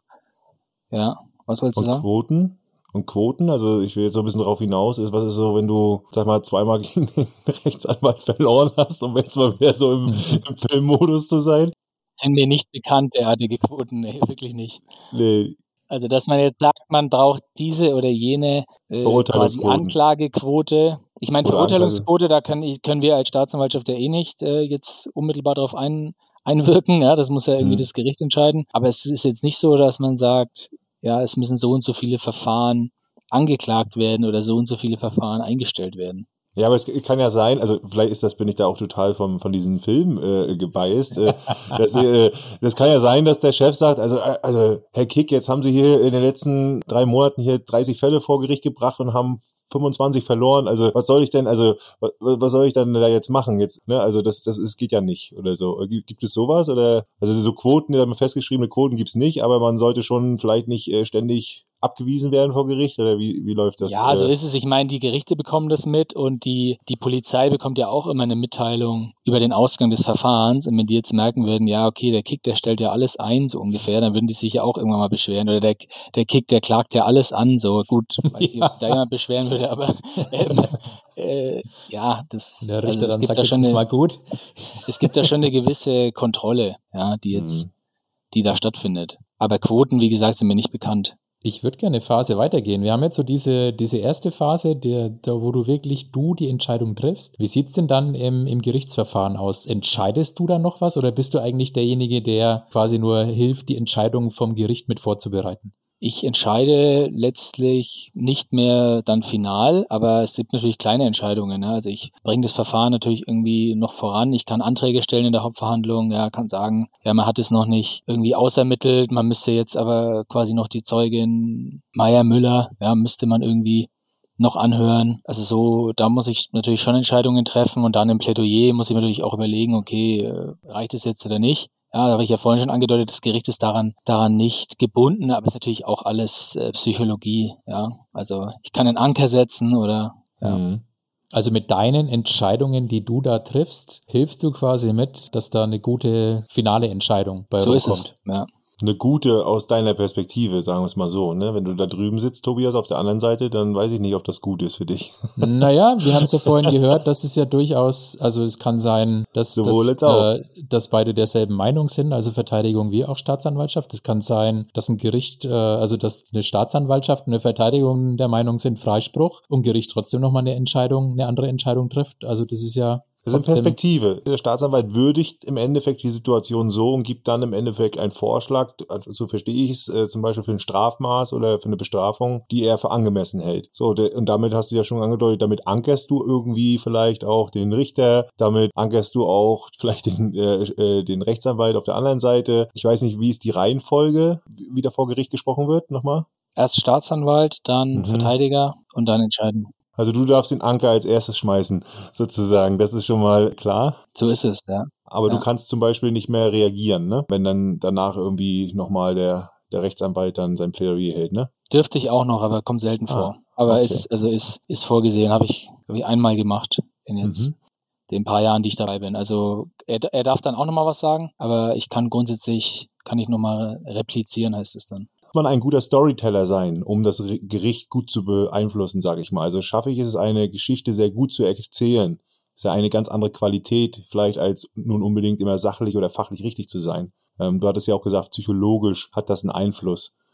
ja, was wolltest du und sagen? Quoten? Und Quoten, also ich will jetzt so ein bisschen drauf hinaus, ist, was ist so, wenn du, sag mal, zweimal gegen den Rechtsanwalt verloren hast, um jetzt mal wieder so im, im Filmmodus zu sein? Sind mir nicht bekannt, derartige Quoten, nee, wirklich nicht. Nee, Also, dass man jetzt sagt, man braucht diese oder jene äh, quasi Verurteilungsquoten. Anklagequote. Ich meine, Oder Anklage. Verurteilungsquote, da können, ich- können wir als Staatsanwaltschaft ja eh nicht äh, jetzt unmittelbar darauf ein, einwirken. Ja, das muss ja irgendwie Hm. das Gericht entscheiden. Aber es ist jetzt nicht so, dass man sagt, ja, es müssen so und so viele Verfahren angeklagt werden oder so und so viele Verfahren eingestellt werden. Ja, aber es kann ja sein, also vielleicht ist das, bin ich da auch total vom, von diesem Film äh, gebiased. Äh, das, äh, das kann ja sein, dass der Chef sagt, also, äh, also Herr Kick, jetzt haben Sie hier in den letzten drei Monaten hier dreißig Fälle vor Gericht gebracht und haben fünfundzwanzig verloren. Also was soll ich denn, also was, was soll ich denn da jetzt machen jetzt? Ne? Also das, das ist, geht ja nicht oder so. Gibt, gibt es sowas oder also so Quoten, festgeschriebene Quoten gibt's nicht, aber man sollte schon vielleicht nicht äh, ständig abgewiesen werden vor Gericht oder wie, wie läuft das? Ja, so äh? ist es. Ich meine, die Gerichte bekommen das mit und die, die Polizei bekommt ja auch immer eine Mitteilung über den Ausgang des Verfahrens. Und wenn die jetzt merken würden, ja, okay, der Kick, der stellt ja alles ein, so ungefähr, dann würden die sich ja auch irgendwann mal beschweren. Oder der, der Kick, der klagt ja alles an, so gut, weiß nicht, ob sich da jemand beschweren würde, aber ähm, äh, ja, das, Der also Richter es dann gibt sagt, da jetzt schon ist eine, mal gut. es gibt da schon eine gewisse Kontrolle, ja, die jetzt, Hm. die da stattfindet. Aber Quoten, wie gesagt, sind mir nicht bekannt. Ich würde gerne eine Phase weitergehen. Wir haben jetzt so diese, diese erste Phase, der, der, wo du wirklich du die Entscheidung triffst. Wie sieht's denn dann im, im Gerichtsverfahren aus? Entscheidest du dann noch was oder bist du eigentlich derjenige, der quasi nur hilft, die Entscheidung vom Gericht mit vorzubereiten? Ich entscheide letztlich nicht mehr dann final, aber es gibt natürlich kleine Entscheidungen. Ja. Also ich bringe das Verfahren natürlich irgendwie noch voran. Ich kann Anträge stellen in der Hauptverhandlung, ja, kann sagen, ja, man hat es noch nicht irgendwie ausermittelt, man müsste jetzt aber quasi noch die Zeugin Meier Müller, ja, müsste man irgendwie noch anhören. Also so, da muss ich natürlich schon Entscheidungen treffen und dann im Plädoyer muss ich mir natürlich auch überlegen, okay, äh, reicht es jetzt oder nicht? Ja, da habe ich ja vorhin schon angedeutet, das Gericht ist daran, daran nicht gebunden, aber es ist natürlich auch alles äh, Psychologie, ja. Also ich kann einen Anker setzen oder, ja. Hm. Also mit deinen Entscheidungen, die du da triffst, hilfst du quasi mit, dass da eine gute finale Entscheidung bei So ist rumkommt. es, ja. Eine gute aus deiner Perspektive, sagen wir es mal so, ne? Wenn du da drüben sitzt, Tobias, auf der anderen Seite, dann weiß ich nicht, ob das gut ist für dich. Naja, wir haben es ja vorhin gehört, das ist ja durchaus, also es kann sein, dass, Sowohl dass, als auch. äh, dass beide derselben Meinung sind, also Verteidigung wie auch Staatsanwaltschaft. Es kann sein, dass ein Gericht, äh, also dass eine Staatsanwaltschaft und eine Verteidigung der Meinung sind, Freispruch und Gericht trotzdem nochmal eine Entscheidung, eine andere Entscheidung trifft. Also das ist ja Das ist trotzdem- Perspektive. Der Staatsanwalt würdigt im Endeffekt die Situation so und gibt dann im Endeffekt einen Vorschlag, so verstehe ich es, äh, zum Beispiel für ein Strafmaß oder für eine Bestrafung, die er für angemessen hält. So, de- und damit hast du ja schon angedeutet, damit ankerst du irgendwie vielleicht auch den Richter, damit ankerst du auch vielleicht den, äh, äh, den Rechtsanwalt auf der anderen Seite. Ich weiß nicht, wie ist die Reihenfolge, wie da vor Gericht gesprochen wird, nochmal? Erst Staatsanwalt, dann Mhm. Verteidiger und dann entscheiden. Also du darfst den Anker als erstes schmeißen, sozusagen. Das ist schon mal klar. So ist es, ja. Aber Ja. du kannst zum Beispiel nicht mehr reagieren, ne? Wenn dann danach irgendwie nochmal der, der Rechtsanwalt dann sein Plädoyer hält, ne? Dürfte ich auch noch, aber kommt selten Ah, vor. Aber okay. ist, also ist, ist vorgesehen, habe ich, habe ich einmal gemacht in jetzt Mhm. den paar Jahren, die ich dabei bin. Also er, er darf dann auch nochmal was sagen, aber ich kann grundsätzlich, kann ich nochmal replizieren, heißt es dann. Muss man ein guter Storyteller sein, um das Re- Gericht gut zu beeinflussen, sage ich mal. Also schaffe ich es, eine Geschichte sehr gut zu erzählen. Ist ja eine ganz andere Qualität, vielleicht als nun unbedingt immer sachlich oder fachlich richtig zu sein. Ähm, du hattest ja auch gesagt, psychologisch hat das einen Einfluss.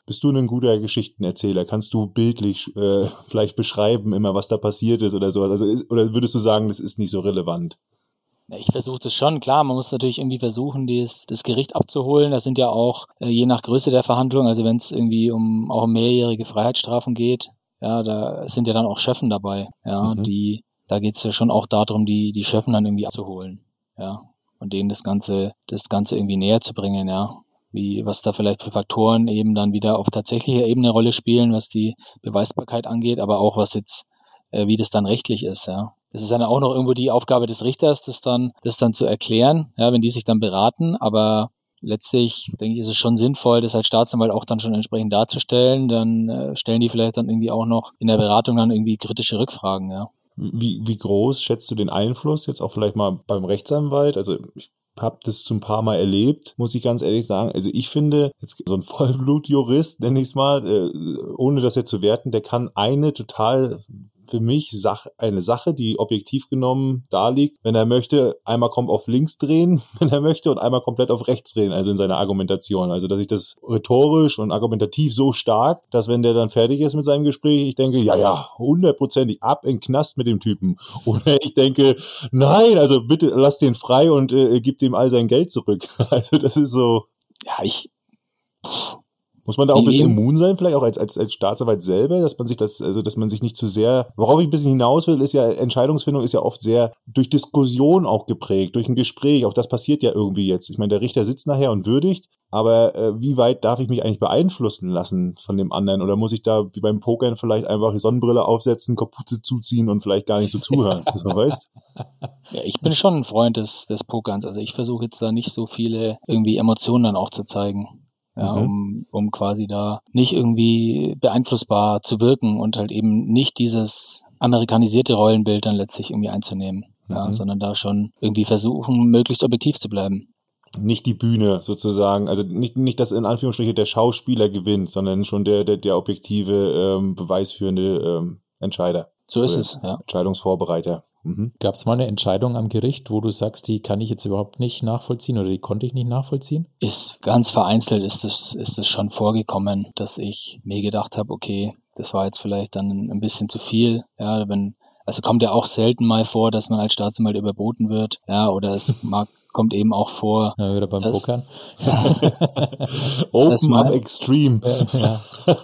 bist du ein guter Geschichtenerzähler? Kannst du bildlich äh, vielleicht beschreiben immer, was da passiert ist oder sowas? Also ist, oder würdest du sagen, das ist nicht so relevant? Ja, ich versuche das schon, klar, man muss natürlich irgendwie versuchen, das, das Gericht abzuholen. Das sind ja auch, äh, je nach Größe der Verhandlung, also wenn es irgendwie um auch um mehrjährige Freiheitsstrafen geht, ja, da sind ja dann auch Schöffen dabei, ja, Mhm. die, da geht's ja schon auch darum, die, die Schöffen dann irgendwie abzuholen, ja, und denen das Ganze, das Ganze irgendwie näher zu bringen, ja, wie, was da vielleicht für Faktoren eben dann wieder auf tatsächlicher Ebene eine Rolle spielen, was die Beweisbarkeit angeht, aber auch was jetzt, äh, wie das dann rechtlich ist, ja. Das ist dann auch noch irgendwo die Aufgabe des Richters, das dann, das dann zu erklären, ja, wenn die sich dann beraten, aber letztlich, denke ich, ist es schon sinnvoll, das als Staatsanwalt auch dann schon entsprechend darzustellen, dann äh, stellen die vielleicht dann irgendwie auch noch in der Beratung dann irgendwie kritische Rückfragen, ja. Wie, wie groß schätzt du den Einfluss jetzt auch vielleicht mal beim Rechtsanwalt? Also ich habe das schon ein paar Mal erlebt, muss ich ganz ehrlich sagen. Also ich finde, jetzt so ein Vollblutjurist, nenne ich es mal, äh, ohne das jetzt zu werten, der kann eine total für mich Sach- eine Sache, die objektiv genommen da liegt, wenn er möchte, einmal kommt auf links drehen, wenn er möchte, und einmal komplett auf rechts drehen, also in seiner Argumentation. Also dass ich das rhetorisch und argumentativ so stark, dass wenn der dann fertig ist mit seinem Gespräch, ich denke, ja, ja, hundertprozentig ab in den Knast mit dem Typen. Oder ich denke, nein, also bitte lass den frei und äh, gib dem all sein Geld zurück. Also das ist so... Ja, ich... Muss man da auch ein bisschen Nee. immun sein, vielleicht auch als, als, als Staatsanwalt selber, dass man sich das, also dass man sich nicht zu sehr, worauf ich ein bisschen hinaus will, ist ja, Entscheidungsfindung ist ja oft sehr durch Diskussion auch geprägt, durch ein Gespräch, auch das passiert ja irgendwie jetzt. Ich meine, der Richter sitzt nachher und würdigt, aber äh, wie weit darf ich mich eigentlich beeinflussen lassen von dem anderen? Oder muss ich da wie beim Pokern vielleicht einfach die Sonnenbrille aufsetzen, Kapuze zuziehen und vielleicht gar nicht so zuhören? So, weißt? Ja, ich bin schon ein Freund des, des Pokerns. Also ich versuche jetzt da nicht so viele irgendwie Emotionen dann auch zu zeigen. Ja, Mhm. um, um quasi da nicht irgendwie beeinflussbar zu wirken und halt eben nicht dieses amerikanisierte Rollenbild dann letztlich irgendwie einzunehmen. Ja, Mhm. sondern da schon irgendwie versuchen, möglichst objektiv zu bleiben. Nicht die Bühne sozusagen, also nicht, nicht, dass in Anführungsstrichen der Schauspieler gewinnt, sondern schon der, der, der objektive, ähm, beweisführende ähm, Entscheider. So ist Oder es, ja. Entscheidungsvorbereiter. Mhm. Gab es mal eine Entscheidung am Gericht, wo du sagst, die kann ich jetzt überhaupt nicht nachvollziehen oder die konnte ich nicht nachvollziehen? Ist ganz vereinzelt ist es, ist es schon vorgekommen, dass ich mir gedacht habe, okay, das war jetzt vielleicht dann ein bisschen zu viel. Ja, wenn, also kommt ja auch selten mal vor, dass man als Staatsanwalt überboten wird. Ja, oder es mag, kommt eben auch vor. Ja, wieder beim Das- Pokern. Open man- up extreme. Ja.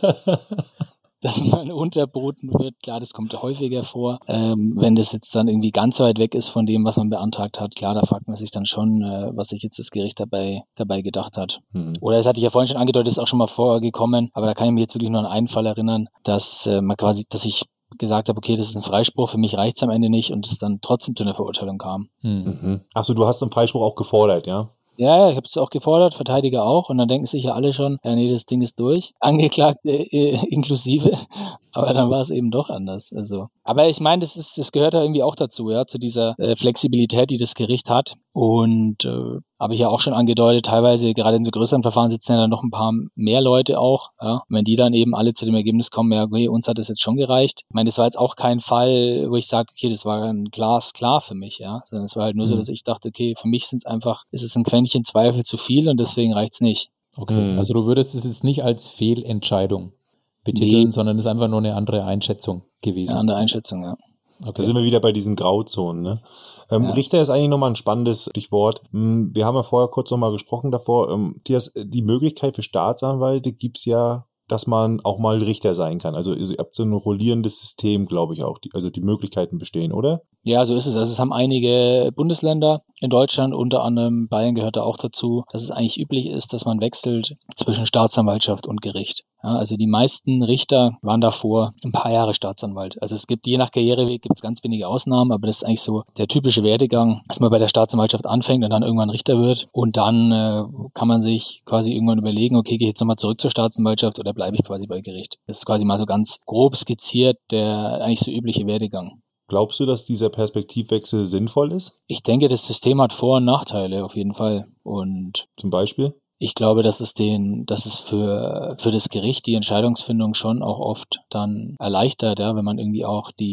dass man unterboten wird. Klar, das kommt häufiger vor. Ähm, wenn das jetzt dann irgendwie ganz weit weg ist von dem, was man beantragt hat, klar, da fragt man sich dann schon, äh, was sich jetzt das Gericht dabei, dabei gedacht hat. Mhm. Oder das hatte ich ja vorhin schon angedeutet, ist auch schon mal vorgekommen, aber da kann ich mich jetzt wirklich nur an einen Fall erinnern, dass äh, man quasi, dass ich gesagt habe, okay, das ist ein Freispruch, für mich reicht's am Ende nicht und es dann trotzdem zu einer Verurteilung kam. Hm. Mhm. Achso, du hast einen Freispruch auch gefordert, ja? Ja, ja, ich habe es auch gefordert, Verteidiger auch. Und dann denken sich ja alle schon, ja nee, das Ding ist durch. Angeklagte äh, inklusive. Aber dann war es eben doch anders. Also, aber ich meine, das ist, das gehört ja irgendwie auch dazu, ja, zu dieser äh, Flexibilität, die das Gericht hat. Und äh, habe ich ja auch schon angedeutet, teilweise gerade in so größeren Verfahren sitzen ja dann noch ein paar mehr Leute auch. Ja, und wenn die dann eben alle zu dem Ergebnis kommen, ja, okay, uns hat das jetzt schon gereicht. Ich meine, das war jetzt auch kein Fall, wo ich sage, okay, das war ein glasklar für mich, ja, sondern es war halt nur so, Mhm. dass ich dachte, okay, für mich sind es einfach, ist es ein Quäntchen Zweifel zu viel und deswegen reicht's nicht. Okay, Mhm. also du würdest es jetzt nicht als Fehlentscheidung betiteln, Nee. sondern es ist einfach nur eine andere Einschätzung Eine gewesen. andere Einschätzung, ja. Da Okay. sind wir wieder bei diesen Grauzonen, ne? Ähm, Ja. Richter ist eigentlich nochmal ein spannendes Stichwort. Hm, Wir haben ja vorher kurz nochmal gesprochen davor. Ähm, Matthias, die Möglichkeit für Staatsanwälte gibt's ja, dass man auch mal Richter sein kann. Also ihr habt so ein rollierendes System, glaube ich auch. Die, also die Möglichkeiten bestehen, oder? Ja, so ist es. Also es haben einige Bundesländer in Deutschland, unter anderem Bayern gehört da auch dazu, dass es eigentlich üblich ist, dass man wechselt zwischen Staatsanwaltschaft und Gericht. Ja, also die meisten Richter waren davor ein paar Jahre Staatsanwalt. Also es gibt, je nach Karriereweg gibt es ganz wenige Ausnahmen, aber das ist eigentlich so der typische Werdegang, dass man bei der Staatsanwaltschaft anfängt und dann irgendwann Richter wird. Und dann äh, kann man sich quasi irgendwann überlegen, okay, gehe ich jetzt nochmal zurück zur Staatsanwaltschaft oder bleibe ich quasi bei Gericht. Das ist quasi mal so ganz grob skizziert der eigentlich so übliche Werdegang. Glaubst du, dass dieser Perspektivwechsel sinnvoll ist? Ich denke, das System hat Vor- und Nachteile auf jeden Fall. Und Zum Beispiel? ich glaube, dass es den, dass es für, für das Gericht die Entscheidungsfindung schon auch oft dann erleichtert, ja, wenn man irgendwie auch die,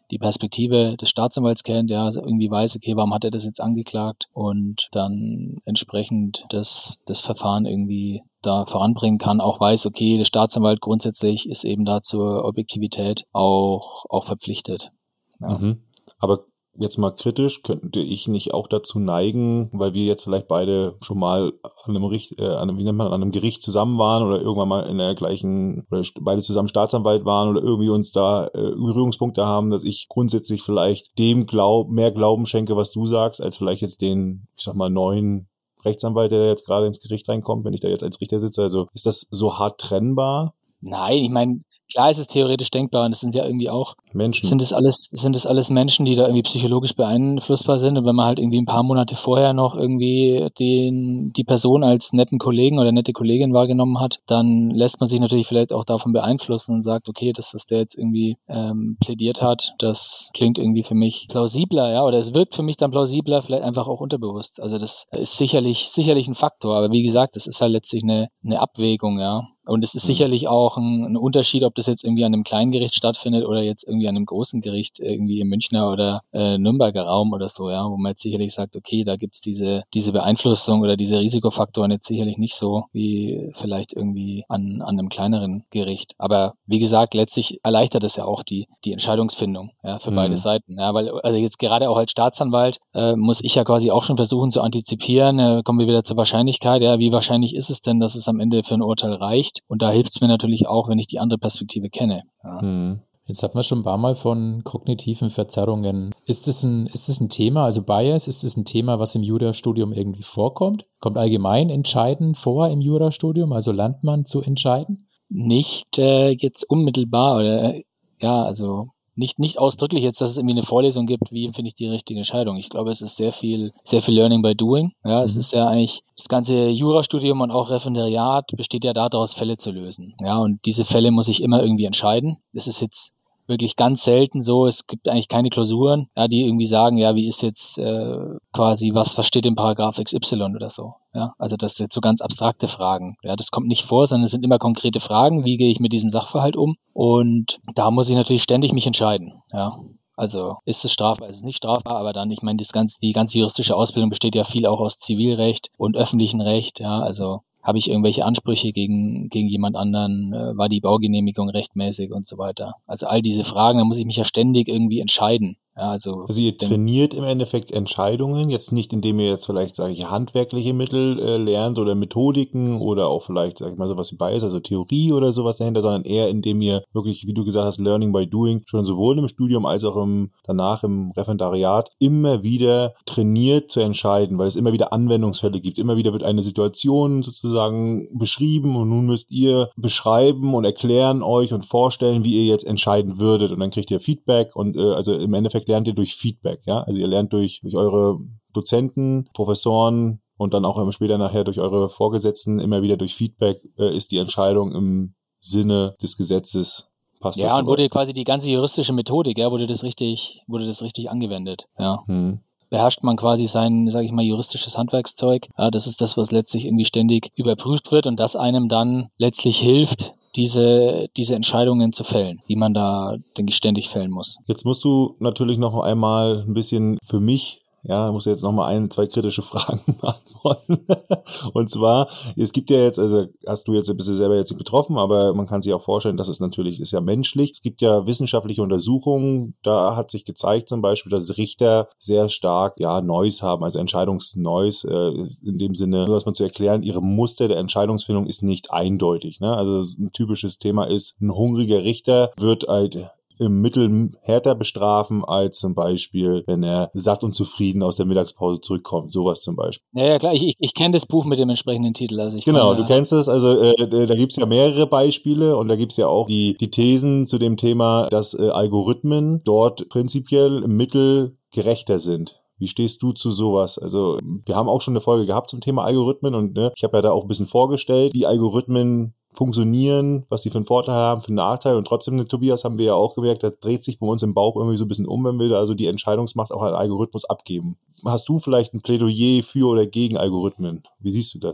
die Perspektive des Staatsanwalts kennt, ja, also irgendwie weiß, okay, warum hat er das jetzt angeklagt und dann entsprechend das, das Verfahren irgendwie da voranbringen kann, auch weiß, okay, der Staatsanwalt grundsätzlich ist eben da zur Objektivität auch, auch verpflichtet. Ja. Mhm. Aber jetzt mal kritisch, könnte ich nicht auch dazu neigen, weil wir jetzt vielleicht beide schon mal an einem, Richt, äh, an einem, wie nennt man, an einem Gericht zusammen waren oder irgendwann mal in der gleichen, oder beide zusammen Staatsanwalt waren oder irgendwie uns da äh, Berührungspunkte haben, dass ich grundsätzlich vielleicht dem Glaub, mehr Glauben schenke, was du sagst, als vielleicht jetzt den, ich sag mal, neuen Rechtsanwalt, der jetzt gerade ins Gericht reinkommt, wenn ich da jetzt als Richter sitze. Also ist das so hart trennbar? Nein, ich meine, klar ist es theoretisch denkbar und es sind ja irgendwie auch Menschen. Sind es alles, sind es alles Menschen, die da irgendwie psychologisch beeinflussbar sind? Und wenn man halt irgendwie ein paar Monate vorher noch irgendwie den, die Person als netten Kollegen oder nette Kollegin wahrgenommen hat, dann lässt man sich natürlich vielleicht auch davon beeinflussen und sagt, okay, das, was der jetzt irgendwie ähm, plädiert hat, das klingt irgendwie für mich plausibler, ja, oder es wirkt für mich dann plausibler, vielleicht einfach auch unterbewusst. Also das ist sicherlich, sicherlich ein Faktor. Aber wie gesagt, das ist halt letztlich eine, eine Abwägung, ja. Und es ist Mhm. sicherlich auch ein, ein Unterschied, ob das jetzt irgendwie an einem kleinen Gericht stattfindet oder jetzt irgendwie an einem großen Gericht, irgendwie im Münchner oder äh, Nürnberger Raum oder so, ja, wo man jetzt sicherlich sagt, okay, da gibt's diese diese Beeinflussung oder diese Risikofaktoren jetzt sicherlich nicht so wie vielleicht irgendwie an an einem kleineren Gericht. Aber wie gesagt, letztlich erleichtert es ja auch die die Entscheidungsfindung, ja, für Mhm. beide Seiten. Ja, weil also jetzt gerade auch als Staatsanwalt äh, muss ich ja quasi auch schon versuchen zu antizipieren. Äh, kommen wir wieder zur Wahrscheinlichkeit. Ja, wie wahrscheinlich ist es denn, dass es am Ende für ein Urteil reicht? Und da hilft es mir natürlich auch, wenn ich die andere Perspektive kenne. Ja. Mhm. Jetzt hat man schon ein paar Mal von kognitiven Verzerrungen. Ist das ein, ist das ein Thema, also Bias, ist das ein Thema, was im Jurastudium irgendwie vorkommt? Kommt allgemein Entscheiden vor im Jurastudium? Also lernt man zu entscheiden? Nicht äh, jetzt unmittelbar oder ja, also nicht nicht ausdrücklich jetzt, dass es irgendwie eine Vorlesung gibt, wie empfinde ich die richtige Entscheidung. Ich glaube, es ist sehr viel sehr viel Learning by Doing. Ja, es Mhm. ist ja eigentlich das ganze Jurastudium und auch Referendariat besteht ja daraus, Fälle zu lösen. Ja, und diese Fälle muss ich immer irgendwie entscheiden. Das ist jetzt wirklich ganz selten so. Es gibt eigentlich keine Klausuren, ja, die irgendwie sagen, ja, wie ist jetzt äh, quasi, was, was steht im Paragraph X Y oder so. Ja, also das sind jetzt so ganz abstrakte Fragen. Ja, das kommt nicht vor, sondern es sind immer konkrete Fragen. Wie gehe ich mit diesem Sachverhalt um? Und da muss ich natürlich ständig mich entscheiden. Ja, also ist es strafbar, ist es nicht strafbar, aber dann, ich meine, das ganze, die ganze juristische Ausbildung besteht ja viel auch aus Zivilrecht und öffentlichem Recht. Ja, also habe ich irgendwelche Ansprüche gegen, gegen jemand anderen? Äh, war die Baugenehmigung rechtmäßig und so weiter? Also all diese Fragen, da muss ich mich ja ständig irgendwie entscheiden. Ja, also, Also ihr denn, trainiert im Endeffekt Entscheidungen, jetzt nicht, indem ihr jetzt vielleicht, sage ich, handwerkliche Mittel äh, lernt oder Methodiken oder auch vielleicht, sag ich mal, sowas wie Bias, also Theorie oder sowas dahinter, sondern eher, indem ihr wirklich, wie du gesagt hast, Learning by Doing, schon sowohl im Studium als auch im, danach im Referendariat immer wieder trainiert zu entscheiden, weil es immer wieder Anwendungsfälle gibt. Immer wieder wird eine Situation sozusagen beschrieben und nun müsst ihr beschreiben und erklären euch und vorstellen, wie ihr jetzt entscheiden würdet. Und dann kriegt ihr Feedback und äh, also im Endeffekt lernt ihr durch Feedback, ja. Also ihr lernt durch, durch eure Dozenten, Professoren und dann auch später nachher durch eure Vorgesetzten immer wieder durch Feedback äh, ist die Entscheidung im Sinne des Gesetzes. Passt ja, das und wurde soweit? quasi die ganze juristische Methodik, ja, wurde das richtig, wurde das richtig angewendet. Ja. Hm. Beherrscht man quasi sein, sage ich mal, juristisches Handwerkszeug. Ja, das ist das, was letztlich irgendwie ständig überprüft wird und das einem dann letztlich hilft, diese, diese Entscheidungen zu fällen, die man da, denke ich, ständig fällen muss. Jetzt musst du natürlich noch einmal ein bisschen für mich, ja, musst du jetzt noch mal ein, zwei kritische Fragen beantworten. Und zwar, es gibt ja jetzt, also hast du jetzt, bist du selber jetzt nicht betroffen, aber man kann sich auch vorstellen, dass es natürlich ist ja menschlich. Es gibt ja wissenschaftliche Untersuchungen, da hat sich gezeigt zum Beispiel, dass Richter sehr stark, ja, Noise haben, also Entscheidungsnoise, äh, in dem Sinne, nur was man zu erklären, ihre Muster der Entscheidungsfindung ist nicht eindeutig, ne? Also ein typisches Thema ist, ein hungriger Richter wird halt im Mittel härter bestrafen als zum Beispiel, wenn er satt und zufrieden aus der Mittagspause zurückkommt. Sowas zum Beispiel. Ja, ja, klar, ich, ich, ich kenne das Buch mit dem entsprechenden Titel. Also ich Genau, kann, du äh, kennst es. Also äh, da gibt's ja mehrere Beispiele und da gibt's ja auch die, die Thesen zu dem Thema, dass äh, Algorithmen dort prinzipiell im Mittel gerechter sind. Wie stehst du zu sowas? Also wir haben auch schon eine Folge gehabt zum Thema Algorithmen und ne, ich habe ja da auch ein bisschen vorgestellt, wie Algorithmen funktionieren, was die für einen Vorteil haben, für einen Nachteil. Und trotzdem, ne, Tobias, haben wir ja auch gemerkt, das dreht sich bei uns im Bauch irgendwie so ein bisschen um, wenn wir da also die Entscheidungsmacht auch an Algorithmus abgeben. Hast du vielleicht ein Plädoyer für oder gegen Algorithmen? Wie siehst du das?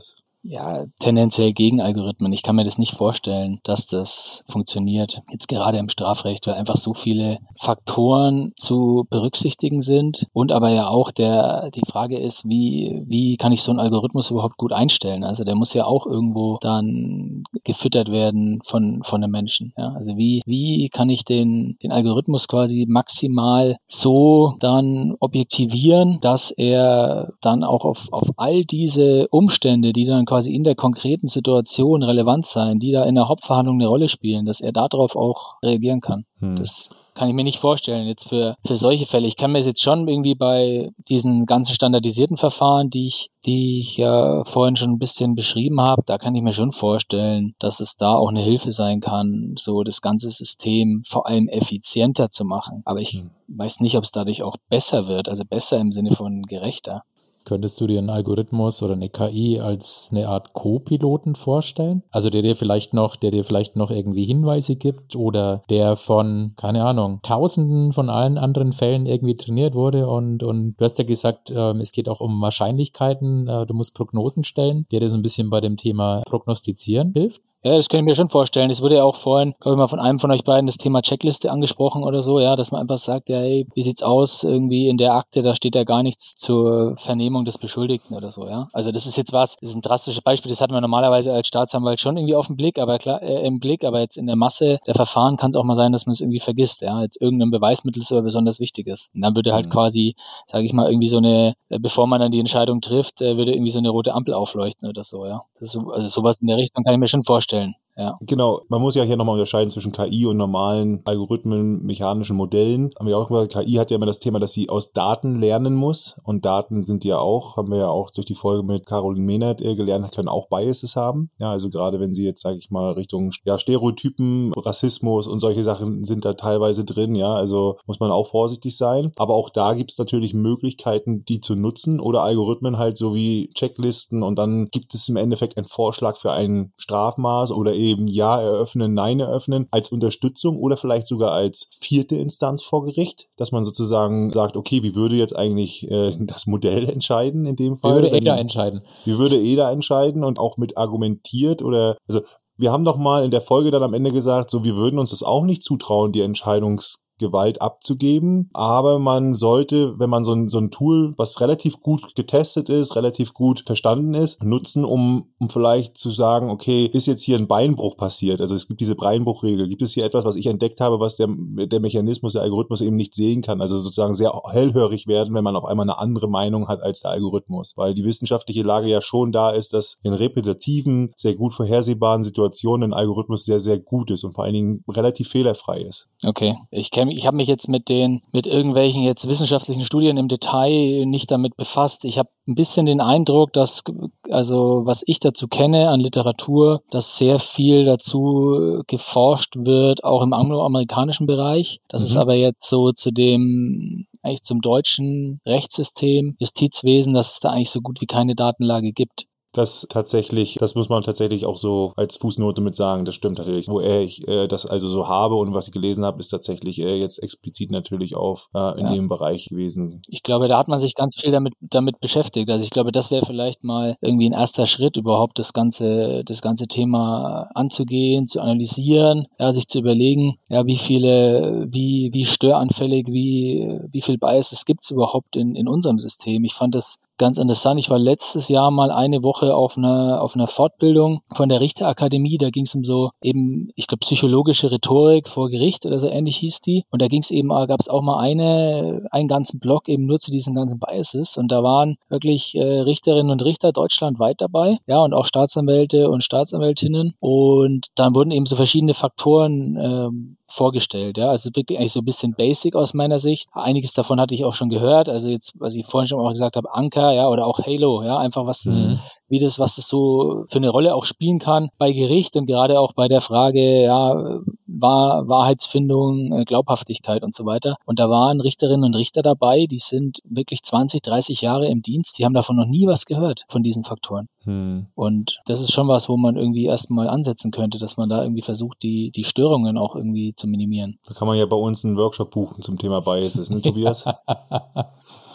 Ja, tendenziell gegen Algorithmen. Ich kann mir das nicht vorstellen, dass das funktioniert. Jetzt gerade im Strafrecht, weil einfach so viele Faktoren zu berücksichtigen sind und aber ja auch der die Frage ist, wie wie kann ich so einen Algorithmus überhaupt gut einstellen? Also der muss ja auch irgendwo dann gefüttert werden von von einem Menschen. Ja, also wie wie kann ich den den Algorithmus quasi maximal so dann objektivieren, dass er dann auch auf auf all diese Umstände, die dann quasi in der konkreten Situation relevant sein, die da in der Hauptverhandlung eine Rolle spielen, dass er darauf auch reagieren kann. Hm. Das kann ich mir nicht vorstellen jetzt für für solche Fälle. Ich kann mir das jetzt schon irgendwie bei diesen ganzen standardisierten Verfahren, die ich die ich ja vorhin schon ein bisschen beschrieben habe, da kann ich mir schon vorstellen, dass es da auch eine Hilfe sein kann, so das ganze System vor allem effizienter zu machen. Aber ich hm. weiß nicht, ob es dadurch auch besser wird, also besser im Sinne von gerechter. Könntest du dir einen Algorithmus oder eine K I als eine Art Co-Piloten vorstellen? Also der dir vielleicht noch, der dir vielleicht noch irgendwie Hinweise gibt oder der von, keine Ahnung, Tausenden von allen anderen Fällen irgendwie trainiert wurde und, und du hast ja gesagt, ähm, es geht auch um Wahrscheinlichkeiten, äh, du musst Prognosen stellen, der dir so ein bisschen bei dem Thema Prognostizieren hilft. Ja, das kann ich mir schon vorstellen. Es wurde ja auch vorhin, glaube ich mal, von einem von euch beiden das Thema Checkliste angesprochen oder so, ja, dass man einfach sagt, ja, hey, wie sieht's aus? Irgendwie in der Akte, da steht ja gar nichts zur Vernehmung des Beschuldigten oder so, ja. Also das ist jetzt was, das ist ein drastisches Beispiel, das hat man normalerweise als Staatsanwalt schon irgendwie auf dem Blick, aber klar, äh, im Blick, aber jetzt in der Masse der Verfahren kann es auch mal sein, dass man es irgendwie vergisst, ja. Jetzt irgendein Beweismittel ist aber besonders wichtig ist. Und dann würde halt mhm. quasi, sage ich mal, irgendwie so eine, bevor man dann die Entscheidung trifft, würde irgendwie so eine rote Ampel aufleuchten oder so, ja. Das ist so, also sowas in der Richtung kann ich mir schon vorstellen. Ja. Genau, man muss ja hier nochmal unterscheiden zwischen K I und normalen Algorithmen, mechanischen Modellen. Haben wir auch gesagt, K I hat ja immer das Thema, dass sie aus Daten lernen muss und Daten sind ja auch, haben wir ja auch durch die Folge mit Caroline Mehnert äh, gelernt, können auch Biases haben. Ja, also gerade wenn sie jetzt, sage ich mal, Richtung ja, Stereotypen, Rassismus und solche Sachen sind da teilweise drin, ja, also muss man auch vorsichtig sein. Aber auch da gibt es natürlich Möglichkeiten, die zu nutzen oder Algorithmen halt so wie Checklisten und dann gibt es im Endeffekt einen Vorschlag für ein Strafmaß oder eben eben Ja eröffnen, Nein eröffnen als Unterstützung oder vielleicht sogar als vierte Instanz vor Gericht, dass man sozusagen sagt, okay, wie würde jetzt eigentlich äh, das Modell entscheiden in dem Fall? Wie würde E D A entscheiden? Wie würde E D A entscheiden und auch mit argumentiert oder, also wir haben doch mal in der Folge dann am Ende gesagt, so wir würden uns das auch nicht zutrauen, die Entscheidungs Gewalt abzugeben, aber man sollte, wenn man so ein, so ein Tool, was relativ gut getestet ist, relativ gut verstanden ist, nutzen, um, um vielleicht zu sagen, okay, ist jetzt hier ein Beinbruch passiert, also es gibt diese Beinbruchregel, gibt es hier etwas, was ich entdeckt habe, was der, der Mechanismus, der Algorithmus eben nicht sehen kann, also sozusagen sehr hellhörig werden, wenn man auf einmal eine andere Meinung hat als der Algorithmus, weil die wissenschaftliche Lage ja schon da ist, dass in repetitiven, sehr gut vorhersehbaren Situationen ein Algorithmus sehr, sehr gut ist und vor allen Dingen relativ fehlerfrei ist. Okay, ich kenne Ich habe mich jetzt mit den, mit irgendwelchen jetzt wissenschaftlichen Studien im Detail nicht damit befasst. Ich habe ein bisschen den Eindruck, dass, also was ich dazu kenne an Literatur, dass sehr viel dazu geforscht wird, auch im angloamerikanischen Bereich. Das mhm. ist aber jetzt so zu dem, eigentlich zum deutschen Rechtssystem, Justizwesen, dass es da eigentlich so gut wie keine Datenlage gibt. Das tatsächlich, das muss man tatsächlich auch so als Fußnote mit sagen, das stimmt natürlich. Wo er ich äh, das also so habe und was ich gelesen habe, ist tatsächlich äh, jetzt explizit natürlich auf äh, in ja. dem Bereich gewesen. Ich glaube, da hat man sich ganz viel damit damit beschäftigt. Also ich glaube, das wäre vielleicht mal irgendwie ein erster Schritt, überhaupt das ganze das ganze Thema anzugehen, zu analysieren, ja, sich zu überlegen, ja, wie viele, wie wie störanfällig, wie wie viel Biases gibt es überhaupt in in unserem System. Ich fand das ganz interessant. Ich war letztes Jahr mal eine Woche auf einer auf einer Fortbildung von der Richterakademie. Da ging es um so eben, ich glaube, psychologische Rhetorik vor Gericht oder so ähnlich hieß die. Und da ging es eben, gab es auch mal eine einen ganzen Block eben nur zu diesen ganzen Biases. Und da waren wirklich äh, Richterinnen und Richter deutschlandweit dabei, ja, und auch Staatsanwälte und Staatsanwältinnen. Und dann wurden eben so verschiedene Faktoren ähm, vorgestellt, ja, also wirklich eigentlich so ein bisschen basic aus meiner Sicht. Einiges davon hatte ich auch schon gehört, also jetzt, was ich vorhin schon auch gesagt habe, Anker, ja, oder auch Halo, ja, einfach was das, mhm. wie das, was das so für eine Rolle auch spielen kann bei Gericht und gerade auch bei der Frage, ja, Wahr, Wahrheitsfindung, Glaubhaftigkeit und so weiter. Und da waren Richterinnen und Richter dabei, die sind wirklich zwanzig, dreißig Jahre im Dienst, die haben davon noch nie was gehört, von diesen Faktoren. Mhm. Und das ist schon was, wo man irgendwie erstmal ansetzen könnte, dass man da irgendwie versucht, die, die Störungen auch irgendwie zu minimieren. Da kann man ja bei uns einen Workshop buchen zum Thema Biases, ne, Tobias?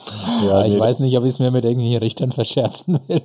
Ja, ich nee, weiß nicht, ob ich es mir mit irgendwelchen Richtern verscherzen will.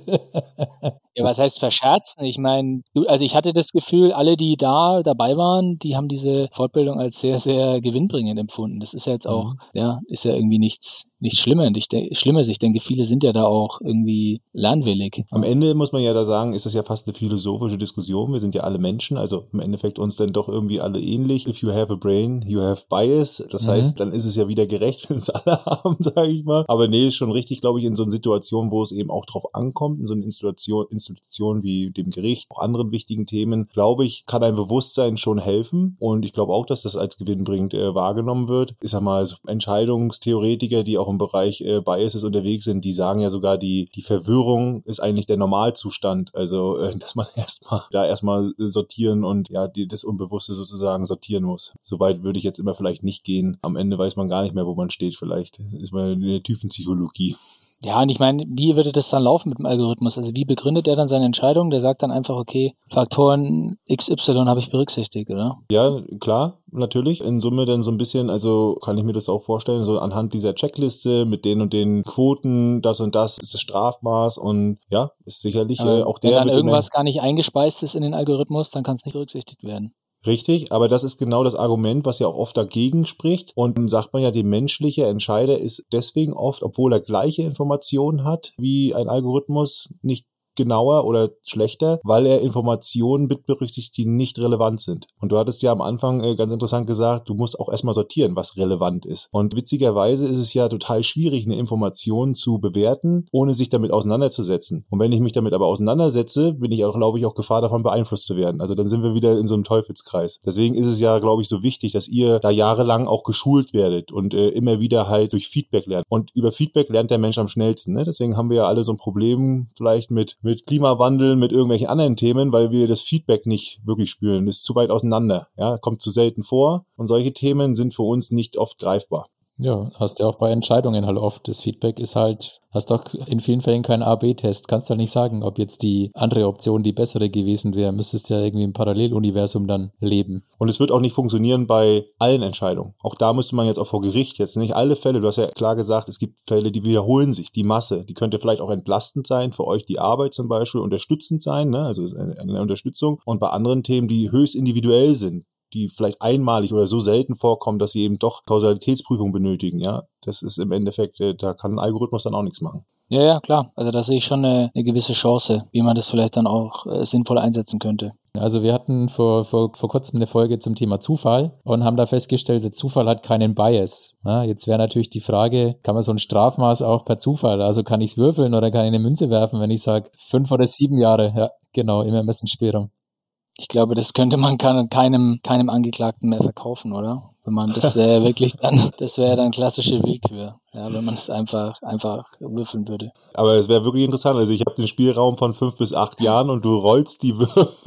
Ja, was heißt verscherzen? Ich meine, also ich hatte das Gefühl, alle, die da dabei waren, die haben diese Fortbildung als sehr, sehr gewinnbringend empfunden. Das ist ja jetzt auch, mhm. ja, ist ja irgendwie nichts, nichts Schlimmes. Ich de- Schlimmes. Ich denke, viele sind ja da auch irgendwie lernwillig. Am Ende muss man ja da sagen, ist das ja fast eine philosophische Diskussion. Wir sind ja alle Menschen, also im Endeffekt uns dann doch irgendwie alle ähnlich. If you have a brain, you have bias. Das mhm. heißt, dann ist es ja wieder gerecht, wenn es alle haben, sage ich mal. Aber nee, ist schon richtig, glaube ich, in so einer Situation, wo es eben auch drauf ankommt, in so einer Institution, Institutionen wie dem Gericht, auch anderen wichtigen Themen, glaube ich, kann ein Bewusstsein schon helfen. Und ich glaube auch, dass das als gewinnbringend äh, wahrgenommen wird. Ich sag mal, so Entscheidungstheoretiker, die auch im Bereich äh, Biases unterwegs sind, die sagen ja sogar, die, die Verwirrung ist eigentlich der Normalzustand. Also, äh, dass man erstmal da erstmal sortieren und ja, die, das Unbewusste sozusagen sortieren muss. Soweit würde ich jetzt immer vielleicht nicht gehen. Am Ende weiß man gar nicht mehr, wo man steht vielleicht. Ist man in der Tiefenpsychologie. Ja, und ich meine, wie würde das dann laufen mit dem Algorithmus? Also wie begründet er dann seine Entscheidung? Der sagt dann einfach, okay, Faktoren X Y habe ich berücksichtigt, oder? Ja, klar, natürlich. In Summe dann so ein bisschen, also kann ich mir das auch vorstellen, so anhand dieser Checkliste mit den und den Quoten, das und das ist das Strafmaß und ja, ist sicherlich äh, auch der... Wenn dann irgendwas gar nicht eingespeist ist in den Algorithmus, dann kann es nicht berücksichtigt werden. Richtig, aber das ist genau das Argument, was ja auch oft dagegen spricht. Und dann sagt man ja, der menschliche Entscheider ist deswegen oft, obwohl er gleiche Informationen hat wie ein Algorithmus, nicht genauer oder schlechter, weil er Informationen mit berücksichtigt, die nicht relevant sind. Und du hattest ja am Anfang äh, ganz interessant gesagt, du musst auch erstmal sortieren, was relevant ist. Und witzigerweise ist es ja total schwierig, eine Information zu bewerten, ohne sich damit auseinanderzusetzen. Und wenn ich mich damit aber auseinandersetze, bin ich auch, glaube ich, auch Gefahr davon, beeinflusst zu werden. Also dann sind wir wieder in so einem Teufelskreis. Deswegen ist es ja, glaube ich, so wichtig, dass ihr da jahrelang auch geschult werdet und äh, immer wieder halt durch Feedback lernt. Und über Feedback lernt der Mensch am schnellsten. Ne? Deswegen haben wir ja alle so ein Problem vielleicht mit mit Klimawandel, mit irgendwelchen anderen Themen, weil wir das Feedback nicht wirklich spüren. Das ist zu weit auseinander, ja, kommt zu selten vor und solche Themen sind für uns nicht oft greifbar. Ja, hast ja auch bei Entscheidungen halt oft. Das Feedback ist halt, hast doch in vielen Fällen keinen A B Test. Kannst halt nicht sagen, ob jetzt die andere Option die bessere gewesen wäre. Müsstest ja irgendwie im Paralleluniversum dann leben. Und es wird auch nicht funktionieren bei allen Entscheidungen. Auch da müsste man jetzt auch vor Gericht jetzt nicht alle Fälle, du hast ja klar gesagt, es gibt Fälle, die wiederholen sich, die Masse. Die könnte vielleicht auch entlastend sein, für euch die Arbeit zum Beispiel, unterstützend sein, ne? Also es ist eine, eine Unterstützung. Und bei anderen Themen, die höchst individuell sind, die vielleicht einmalig oder so selten vorkommen, dass sie eben doch Kausalitätsprüfung benötigen, ja. Das ist im Endeffekt, da kann ein Algorithmus dann auch nichts machen. Ja, ja, klar. Also da sehe ich schon eine, eine gewisse Chance, wie man das vielleicht dann auch äh, sinnvoll einsetzen könnte. Also wir hatten vor, vor, vor kurzem eine Folge zum Thema Zufall und haben da festgestellt, der Zufall hat keinen Bias. Ja, jetzt wäre natürlich die Frage, kann man so ein Strafmaß auch per Zufall, also kann ich es würfeln oder kann ich eine Münze werfen, wenn ich sage fünf oder sieben Jahre? Ja, genau, im Ermessensspielraum. Ich glaube, das könnte man keinem, keinem Angeklagten mehr verkaufen, oder? Wenn man, das wäre wirklich dann, das wäre dann klassische Willkür, ja, wenn man das einfach, einfach würfeln würde. Aber es wäre wirklich interessant. Also ich habe den Spielraum von fünf bis acht Jahren und du rollst die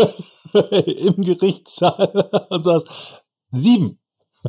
Würfel im Gerichtssaal und sagst, sieben.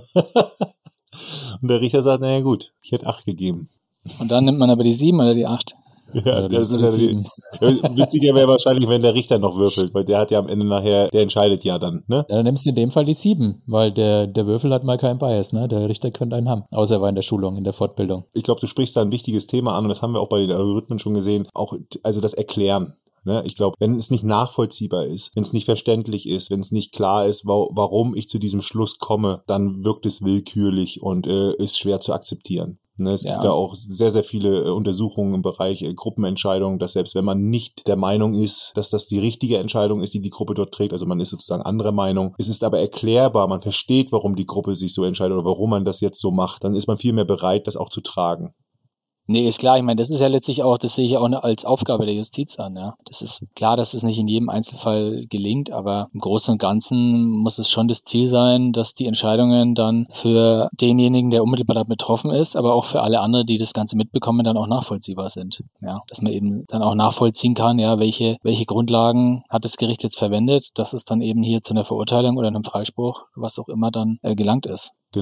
Und der Richter sagt, naja gut, ich hätte acht gegeben. Und dann nimmt man aber die sieben oder die acht? Ja, das ist ja die, witziger wäre wahrscheinlich, wenn der Richter noch würfelt, weil der hat ja am Ende nachher, der entscheidet ja dann, ne? Ja, dann nimmst du in dem Fall die sieben, weil der, der Würfel hat mal keinen Bias, ne? Der Richter könnte einen haben, außer er war in der Schulung, in der Fortbildung. Ich glaube, du sprichst da ein wichtiges Thema an und das haben wir auch bei den Algorithmen schon gesehen, auch, also das Erklären. Ne, ich glaube, wenn es nicht nachvollziehbar ist, wenn es nicht verständlich ist, wenn es nicht klar ist, wa- warum ich zu diesem Schluss komme, dann wirkt es willkürlich und äh, ist schwer zu akzeptieren. Ne, es ja. gibt da auch sehr, sehr viele äh, Untersuchungen im Bereich äh, Gruppenentscheidungen, dass selbst wenn man nicht der Meinung ist, dass das die richtige Entscheidung ist, die die Gruppe dort trägt, also man ist sozusagen anderer Meinung, es ist aber erklärbar, man versteht, warum die Gruppe sich so entscheidet oder warum man das jetzt so macht, dann ist man viel mehr bereit, das auch zu tragen. Nee, ist klar. Ich meine, das ist ja letztlich auch, das sehe ich auch als Aufgabe der Justiz an. Ja, das ist klar, dass es nicht in jedem Einzelfall gelingt, aber im Großen und Ganzen muss es schon das Ziel sein, dass die Entscheidungen dann für denjenigen, der unmittelbar betroffen ist, aber auch für alle anderen, die das Ganze mitbekommen, dann auch nachvollziehbar sind. Ja, dass man eben dann auch nachvollziehen kann, ja, welche welche Grundlagen hat das Gericht jetzt verwendet, dass es dann eben hier zu einer Verurteilung oder einem Freispruch, was auch immer, dann äh, gelangt ist. Genau.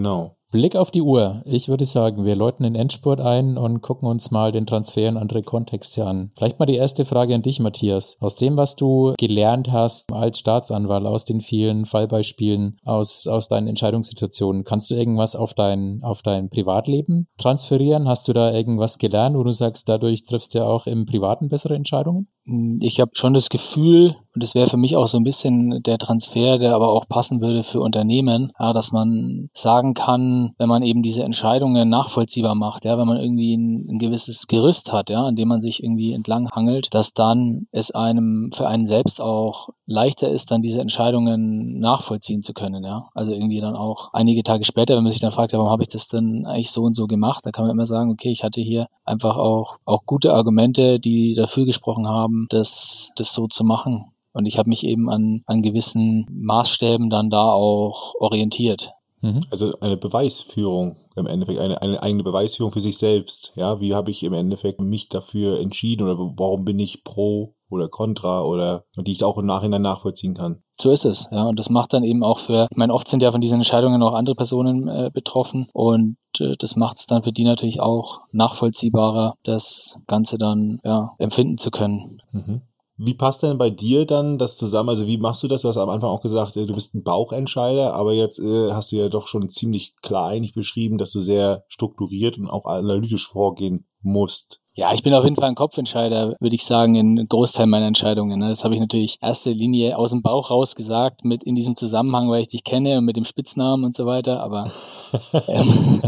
Blick auf die Uhr. Ich würde sagen, wir läuten den Endspurt ein und gucken uns mal den Transfer in andere Kontexte an. Vielleicht mal die erste Frage an dich, Matthias. Aus dem, was du gelernt hast als Staatsanwalt, aus den vielen Fallbeispielen, aus, aus deinen Entscheidungssituationen, kannst du irgendwas auf dein, auf dein Privatleben transferieren? Hast du da irgendwas gelernt, wo du sagst, dadurch triffst du ja auch im Privaten bessere Entscheidungen? Ich habe schon das Gefühl, und das wäre für mich auch so ein bisschen der Transfer, der aber auch passen würde für Unternehmen, ja, dass man sagen kann, wenn man eben diese Entscheidungen nachvollziehbar macht, ja, wenn man irgendwie ein, ein gewisses Gerüst hat, ja, an dem man sich irgendwie entlang hangelt, dass dann es einem für einen selbst auch leichter ist, dann diese Entscheidungen nachvollziehen zu können, ja. Also irgendwie dann auch einige Tage später, wenn man sich dann fragt, ja, warum habe ich das denn eigentlich so und so gemacht, da kann man immer sagen, okay, ich hatte hier einfach auch auch gute Argumente, die dafür gesprochen haben, das das so zu machen. Und ich habe mich eben an, an gewissen Maßstäben dann da auch orientiert. Also eine Beweisführung im Endeffekt, eine, eine eigene Beweisführung für sich selbst. Ja, wie habe ich im Endeffekt mich dafür entschieden oder warum bin ich pro oder contra oder die ich auch im Nachhinein nachvollziehen kann. So ist es, ja. Und das macht dann eben auch für, ich meine, oft sind ja von diesen Entscheidungen auch andere Personen äh, betroffen und äh, das macht es dann für die natürlich auch nachvollziehbarer, das Ganze dann ja empfinden zu können. Mhm. Wie passt denn bei dir dann das zusammen? Also wie machst du das? Du hast am Anfang auch gesagt, du bist ein Bauchentscheider, aber jetzt äh, hast du ja doch schon ziemlich klar eigentlich beschrieben, dass du sehr strukturiert und auch analytisch vorgehen musst. Ja, ich bin auf jeden Fall ein Kopfentscheider, würde ich sagen, in Großteil meiner Entscheidungen. Das habe ich natürlich erster Linie aus dem Bauch raus gesagt, mit in diesem Zusammenhang, weil ich dich kenne und mit dem Spitznamen und so weiter, aber ähm,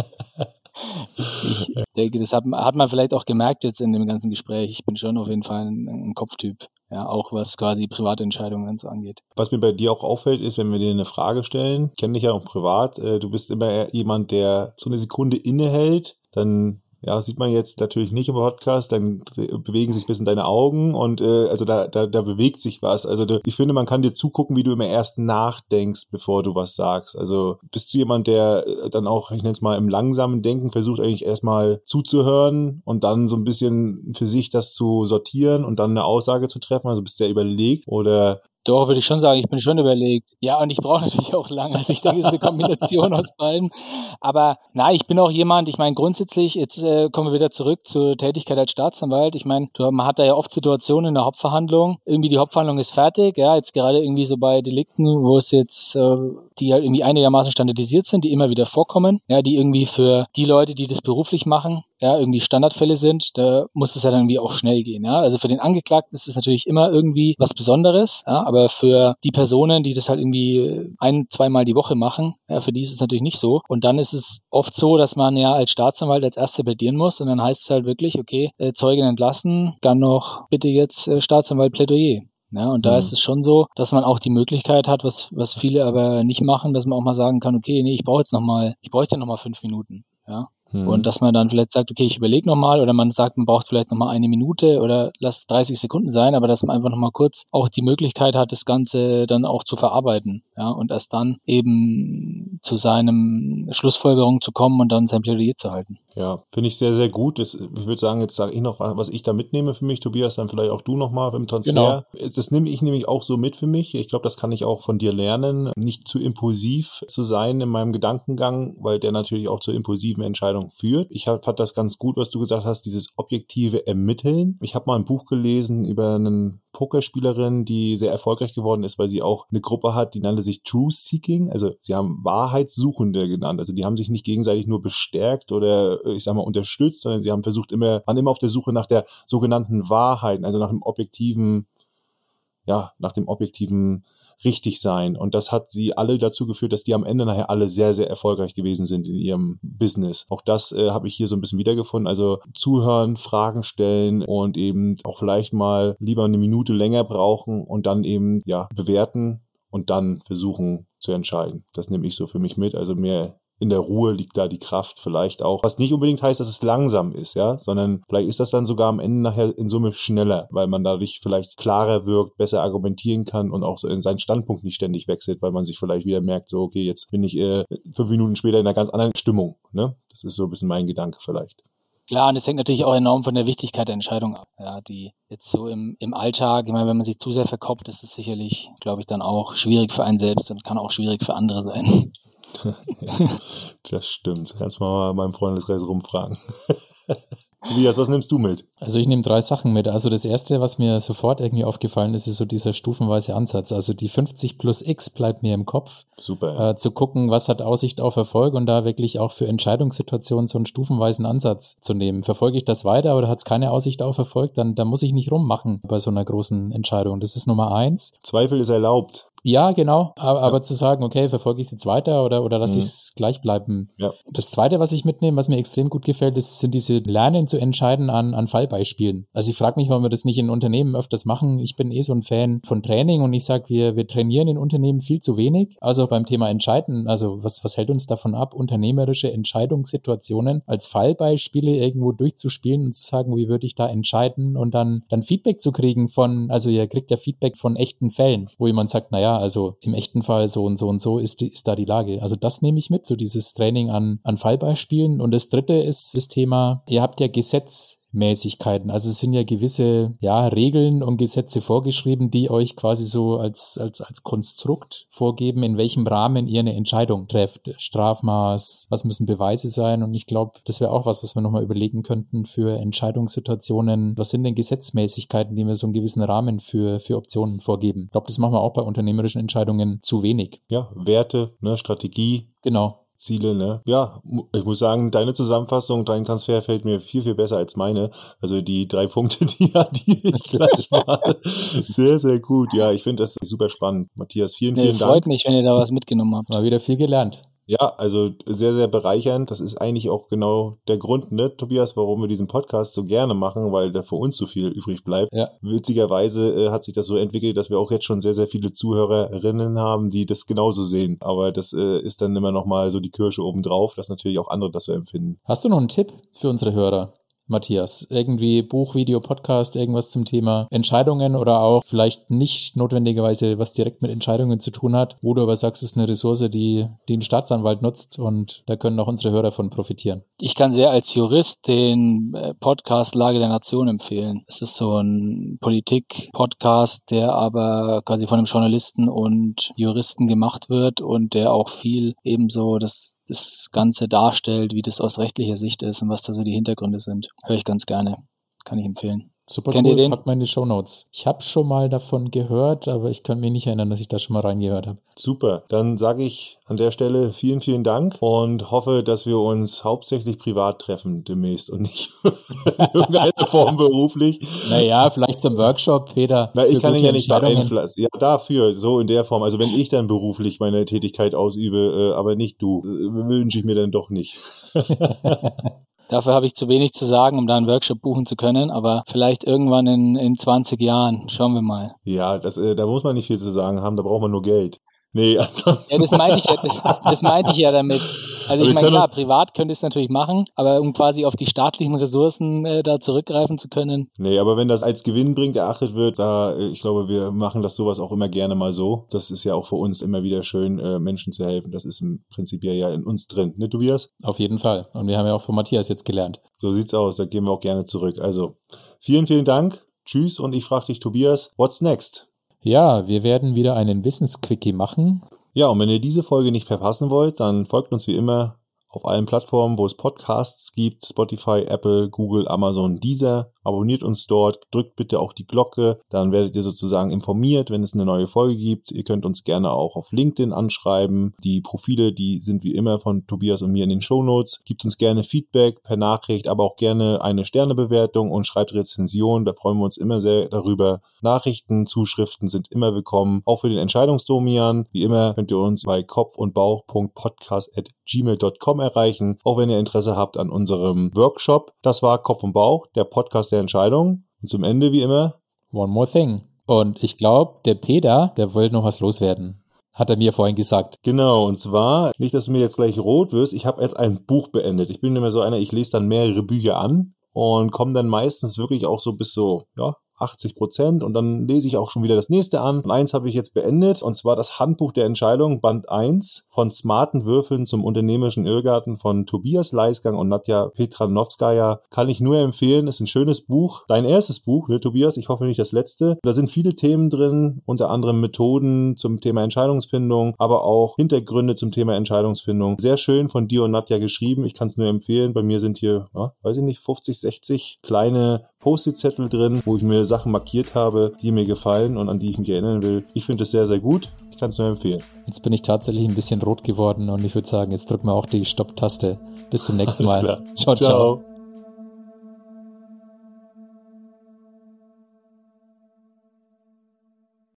ich denke, das hat, hat man vielleicht auch gemerkt jetzt in dem ganzen Gespräch. Ich bin schon auf jeden Fall ein, ein Kopftyp, ja, auch was quasi private Entscheidungen so angeht. Was mir bei dir auch auffällt, ist, wenn wir dir eine Frage stellen, ich kenne dich ja auch privat, äh, du bist immer jemand, der so eine Sekunde innehält, dann ja, sieht man jetzt natürlich nicht im Podcast, dann bewegen sich ein bisschen deine Augen und äh, also da, da da bewegt sich was. Also du, ich finde, man kann dir zugucken, wie du immer erst nachdenkst, bevor du was sagst. Also bist du jemand, der dann auch, ich nenne es mal, im langsamen Denken versucht eigentlich erstmal zuzuhören und dann so ein bisschen für sich das zu sortieren und dann eine Aussage zu treffen? Also bist du ja überlegt oder... Doch, würde ich schon sagen, ich bin schon überlegt. Ja, und ich brauche natürlich auch lange. Also ich denke, es ist eine Kombination aus beiden. Aber na, ich bin auch jemand, ich meine grundsätzlich, jetzt äh, kommen wir wieder zurück zur Tätigkeit als Staatsanwalt. Ich meine, man hat da ja oft Situationen in der Hauptverhandlung. Irgendwie die Hauptverhandlung ist fertig, ja, jetzt gerade irgendwie so bei Delikten, wo es jetzt, äh, die halt irgendwie einigermaßen standardisiert sind, die immer wieder vorkommen, ja, die irgendwie für die Leute, die das beruflich machen, ja, irgendwie Standardfälle sind, da muss es ja dann irgendwie auch schnell gehen, ja. Also für den Angeklagten ist es natürlich immer irgendwie was Besonderes, ja, aber für die Personen, die das halt irgendwie ein-, zweimal die Woche machen, ja, für die ist es natürlich nicht so. Und dann ist es oft so, dass man ja als Staatsanwalt als Erster plädieren muss und dann heißt es halt wirklich, okay, äh, Zeugen entlassen, dann noch bitte jetzt äh, Staatsanwalt Plädoyer. Ja, und da mhm. ist es schon so, dass man auch die Möglichkeit hat, was, was viele aber nicht machen, dass man auch mal sagen kann, okay, nee, ich brauche jetzt nochmal, ich bräuchte nochmal fünf Minuten, ja. Mhm. Und dass man dann vielleicht sagt, okay, ich überlege nochmal oder man sagt, man braucht vielleicht nochmal eine Minute oder lass dreißig Sekunden sein, aber dass man einfach nochmal kurz auch die Möglichkeit hat, das Ganze dann auch zu verarbeiten, ja, und erst dann eben zu seinem Schlussfolgerung zu kommen und dann sein Plädoyer zu halten. Ja, finde ich sehr, sehr gut. Das, ich würde sagen, jetzt sage ich noch, was ich da mitnehme für mich, Tobias, dann vielleicht auch du nochmal beim Transfer. Genau. Das nehme ich nämlich auch so mit für mich. Ich glaube, das kann ich auch von dir lernen, nicht zu impulsiv zu sein in meinem Gedankengang, weil der natürlich auch zu impulsiven Entscheidungen führt. Ich fand das ganz gut, was du gesagt hast, dieses objektive Ermitteln. Ich habe mal ein Buch gelesen über einen Pokerspielerin, die sehr erfolgreich geworden ist, weil sie auch eine Gruppe hat, die nannte sich Truth Seeking. Also sie haben Wahrheitssuchende genannt. Also die haben sich nicht gegenseitig nur bestärkt oder ich sag mal unterstützt, sondern sie haben versucht immer, waren immer auf der Suche nach der sogenannten Wahrheit, also nach dem objektiven, ja, nach dem objektiven Richtigsein. Und das hat sie alle dazu geführt, dass die am Ende nachher alle sehr, sehr erfolgreich gewesen sind in ihrem Business. Auch das äh, habe ich hier so ein bisschen wiedergefunden. Also zuhören, Fragen stellen und eben auch vielleicht mal lieber eine Minute länger brauchen und dann eben, ja, bewerten und dann versuchen zu entscheiden. Das nehme ich so für mich mit. Also mehr in der Ruhe liegt da die Kraft vielleicht auch. Was nicht unbedingt heißt, dass es langsam ist, ja, sondern vielleicht ist das dann sogar am Ende nachher in Summe schneller, weil man dadurch vielleicht klarer wirkt, besser argumentieren kann und auch so in seinen Standpunkt nicht ständig wechselt, weil man sich vielleicht wieder merkt, so, okay, jetzt bin ich äh, fünf Minuten später in einer ganz anderen Stimmung, ne? Das ist so ein bisschen mein Gedanke vielleicht. Klar, und es hängt natürlich auch enorm von der Wichtigkeit der Entscheidung ab. Ja, die jetzt so im, im Alltag, ich meine, wenn man sich zu sehr verkopft, ist es sicherlich, glaube ich, dann auch schwierig für einen selbst und kann auch schwierig für andere sein. Ja, das stimmt. Kannst mal meinem Freundeskreis rumfragen. Tobias, was nimmst du mit? Also ich nehme drei Sachen mit. Also das erste, was mir sofort irgendwie aufgefallen ist, ist so dieser stufenweise Ansatz. Also die fünfzig plus X bleibt mir im Kopf. Super. Äh, zu gucken, was hat Aussicht auf Erfolg und da wirklich auch für Entscheidungssituationen so einen stufenweisen Ansatz zu nehmen. Verfolge ich das weiter oder hat es keine Aussicht auf Erfolg, dann, dann muss ich nicht rummachen bei so einer großen Entscheidung. Das ist Nummer eins. Zweifel ist erlaubt. Ja, genau, aber, Ja. aber zu sagen, okay, verfolge ich es jetzt weiter oder, oder lasse Mhm. ich es gleich bleiben. Ja. Das Zweite, was ich mitnehme, was mir extrem gut gefällt, ist, sind diese Lernen zu entscheiden an, an Fallbeispielen. Also ich frage mich, warum wir das nicht in Unternehmen öfters machen. Ich bin eh so ein Fan von Training und ich sage, wir, wir trainieren in Unternehmen viel zu wenig. Also beim Thema Entscheiden, also was, was hält uns davon ab, unternehmerische Entscheidungssituationen als Fallbeispiele irgendwo durchzuspielen und zu sagen, wie würde ich da entscheiden und dann, dann Feedback zu kriegen von, also ihr kriegt ja Feedback von echten Fällen, wo jemand sagt, naja, also im echten Fall so und so und so ist, die, ist da die Lage. Also das nehme ich mit, so dieses Training an, an Fallbeispielen. Und das dritte ist das Thema, ihr habt ja Gesetzmäßigkeiten. Also es sind ja gewisse ja, Regeln und Gesetze vorgeschrieben, die euch quasi so als, als, als Konstrukt vorgeben, in welchem Rahmen ihr eine Entscheidung trefft. Strafmaß, was müssen Beweise sein? Und ich glaube, das wäre auch was, was wir nochmal überlegen könnten für Entscheidungssituationen. Was sind denn Gesetzmäßigkeiten, die mir so einen gewissen Rahmen für, für Optionen vorgeben? Ich glaube, das machen wir auch bei unternehmerischen Entscheidungen zu wenig. Ja, Werte, ne, Strategie. Genau. Ziele, ne? Ja, ich muss sagen, deine Zusammenfassung, dein Transfer fällt mir viel, viel besser als meine. Also die drei Punkte, die addiere ich gleich mal. Sehr, sehr gut. Ja, ich finde das super spannend. Matthias, vielen, Nee, vielen Dank. freut mich, wenn ihr da was mitgenommen habt. Mal wieder viel gelernt. Ja, also sehr, sehr bereichernd. Das ist eigentlich auch genau der Grund, ne, Tobias, warum wir diesen Podcast so gerne machen, weil da für uns so viel übrig bleibt. Ja. Witzigerweise äh, hat sich das so entwickelt, dass wir auch jetzt schon sehr, sehr viele Zuhörerinnen haben, die das genauso sehen. Aber das äh, ist dann immer noch mal so die Kirsche obendrauf, dass natürlich auch andere das so empfinden. Hast du noch einen Tipp für unsere Hörer, Matthias? Irgendwie Buch, Video, Podcast, irgendwas zum Thema Entscheidungen oder auch vielleicht nicht notwendigerweise was direkt mit Entscheidungen zu tun hat, wo du aber sagst, es ist eine Ressource, die, die ein Staatsanwalt nutzt und da können auch unsere Hörer von profitieren. Ich kann sehr als Jurist den äh, Podcast Lage der Nation empfehlen. Es ist so ein Politik-Podcast, der aber quasi von einem Journalisten und Juristen gemacht wird und der auch viel ebenso das, das Ganze darstellt, wie das aus rechtlicher Sicht ist und was da so die Hintergründe sind. Höre ich ganz gerne. Kann ich empfehlen. Super Kennt ihr cool, den? pack mal in die Shownotes. Ich habe schon mal davon gehört, aber ich kann mich nicht erinnern, dass ich da schon mal reingehört habe. Super, dann sage ich an der Stelle vielen, vielen Dank und hoffe, dass wir uns hauptsächlich privat treffen demnächst und nicht in irgendeiner Form beruflich. Naja, vielleicht zum Workshop, Peter. Na, ich für kann ihn gute ja nicht Entscheidungen. beeinflussen. Ja, dafür, so in der Form. Also wenn ich dann beruflich meine Tätigkeit ausübe, äh, aber nicht du, äh, wünsche ich mir dann doch nicht. Dafür habe ich zu wenig zu sagen, um da einen Workshop buchen zu können, aber vielleicht irgendwann in, in zwanzig Jahren. Schauen wir mal. Ja, das, äh, da muss man nicht viel zu sagen haben, da braucht man nur Geld. Nee, ansonsten. Ja, das meinte ich, ja- das meinte ich ja damit. Also wir ich meine, können klar, privat könnte ich es natürlich machen, aber um quasi auf die staatlichen Ressourcen äh, da zurückgreifen zu können. Nee, aber wenn das als gewinnbringend erachtet wird, da, äh, ich glaube, wir machen das sowas auch immer gerne mal so. Das ist ja auch für uns immer wieder schön, äh, Menschen zu helfen. Das ist im Prinzip ja in uns drin, ne, Tobias? Auf jeden Fall. Und wir haben ja auch von Matthias jetzt gelernt. So sieht's aus, da gehen wir auch gerne zurück. Also, vielen, vielen Dank. Tschüss und ich frage dich, Tobias, what's next? Ja, wir werden wieder einen Wissensquickie machen. Ja, und wenn ihr diese Folge nicht verpassen wollt, dann folgt uns wie immer auf allen Plattformen, wo es Podcasts gibt, Spotify, Apple, Google, Amazon, Deezer. Abonniert uns dort, drückt bitte auch die Glocke, dann werdet ihr sozusagen informiert, wenn es eine neue Folge gibt. Ihr könnt uns gerne auch auf LinkedIn anschreiben. Die Profile, die sind wie immer von Tobias und mir in den Shownotes. Gebt uns gerne Feedback per Nachricht, aber auch gerne eine Sternebewertung und schreibt Rezension. Da freuen wir uns immer sehr darüber. Nachrichten, Zuschriften sind immer willkommen, auch für den Entscheidungsdomian. Wie immer könnt ihr uns bei kopf und bauch punkt podcast at gmail punkt com erreichen, auch wenn ihr Interesse habt an unserem Workshop. Das war Kopf und Bauch, der Podcast der Entscheidung. Und zum Ende, wie immer, One more thing. Und ich glaube, der Peter, der wollte noch was loswerden. Hat er mir vorhin gesagt. genau, und zwar, nicht, dass du mir jetzt gleich rot wirst, ich habe jetzt ein Buch beendet. Ich bin immer so einer, ich lese dann mehrere Bücher an und komme dann meistens wirklich auch so bis so, ja, achtzig Prozent und dann lese ich auch schon wieder das nächste an. Und eins habe ich jetzt beendet und zwar das Handbuch der Entscheidung, Band eins, von smarten Würfeln zum unternehmerischen Irrgarten von Tobias Leisgang und Nadja Petranowskaja. Kann ich nur empfehlen, ist ein schönes Buch. Dein erstes Buch, ne, Tobias, ich hoffe nicht das letzte. Da sind viele Themen drin, unter anderem Methoden zum Thema Entscheidungsfindung, aber auch Hintergründe zum Thema Entscheidungsfindung. Sehr schön von dir und Nadja geschrieben. Ich kann es nur empfehlen. Bei mir sind hier, ja, weiß ich nicht, fünfzig, sechzig kleine Post-it-Zettel drin, wo ich mir Sachen markiert habe, die mir gefallen und an die ich mich erinnern will. Ich finde es sehr, sehr gut. Ich kann es nur empfehlen. Jetzt bin ich tatsächlich ein bisschen rot geworden und ich würde sagen, jetzt drücken wir auch die Stopp-Taste. Bis zum nächsten Mal. Ciao, ciao. ciao.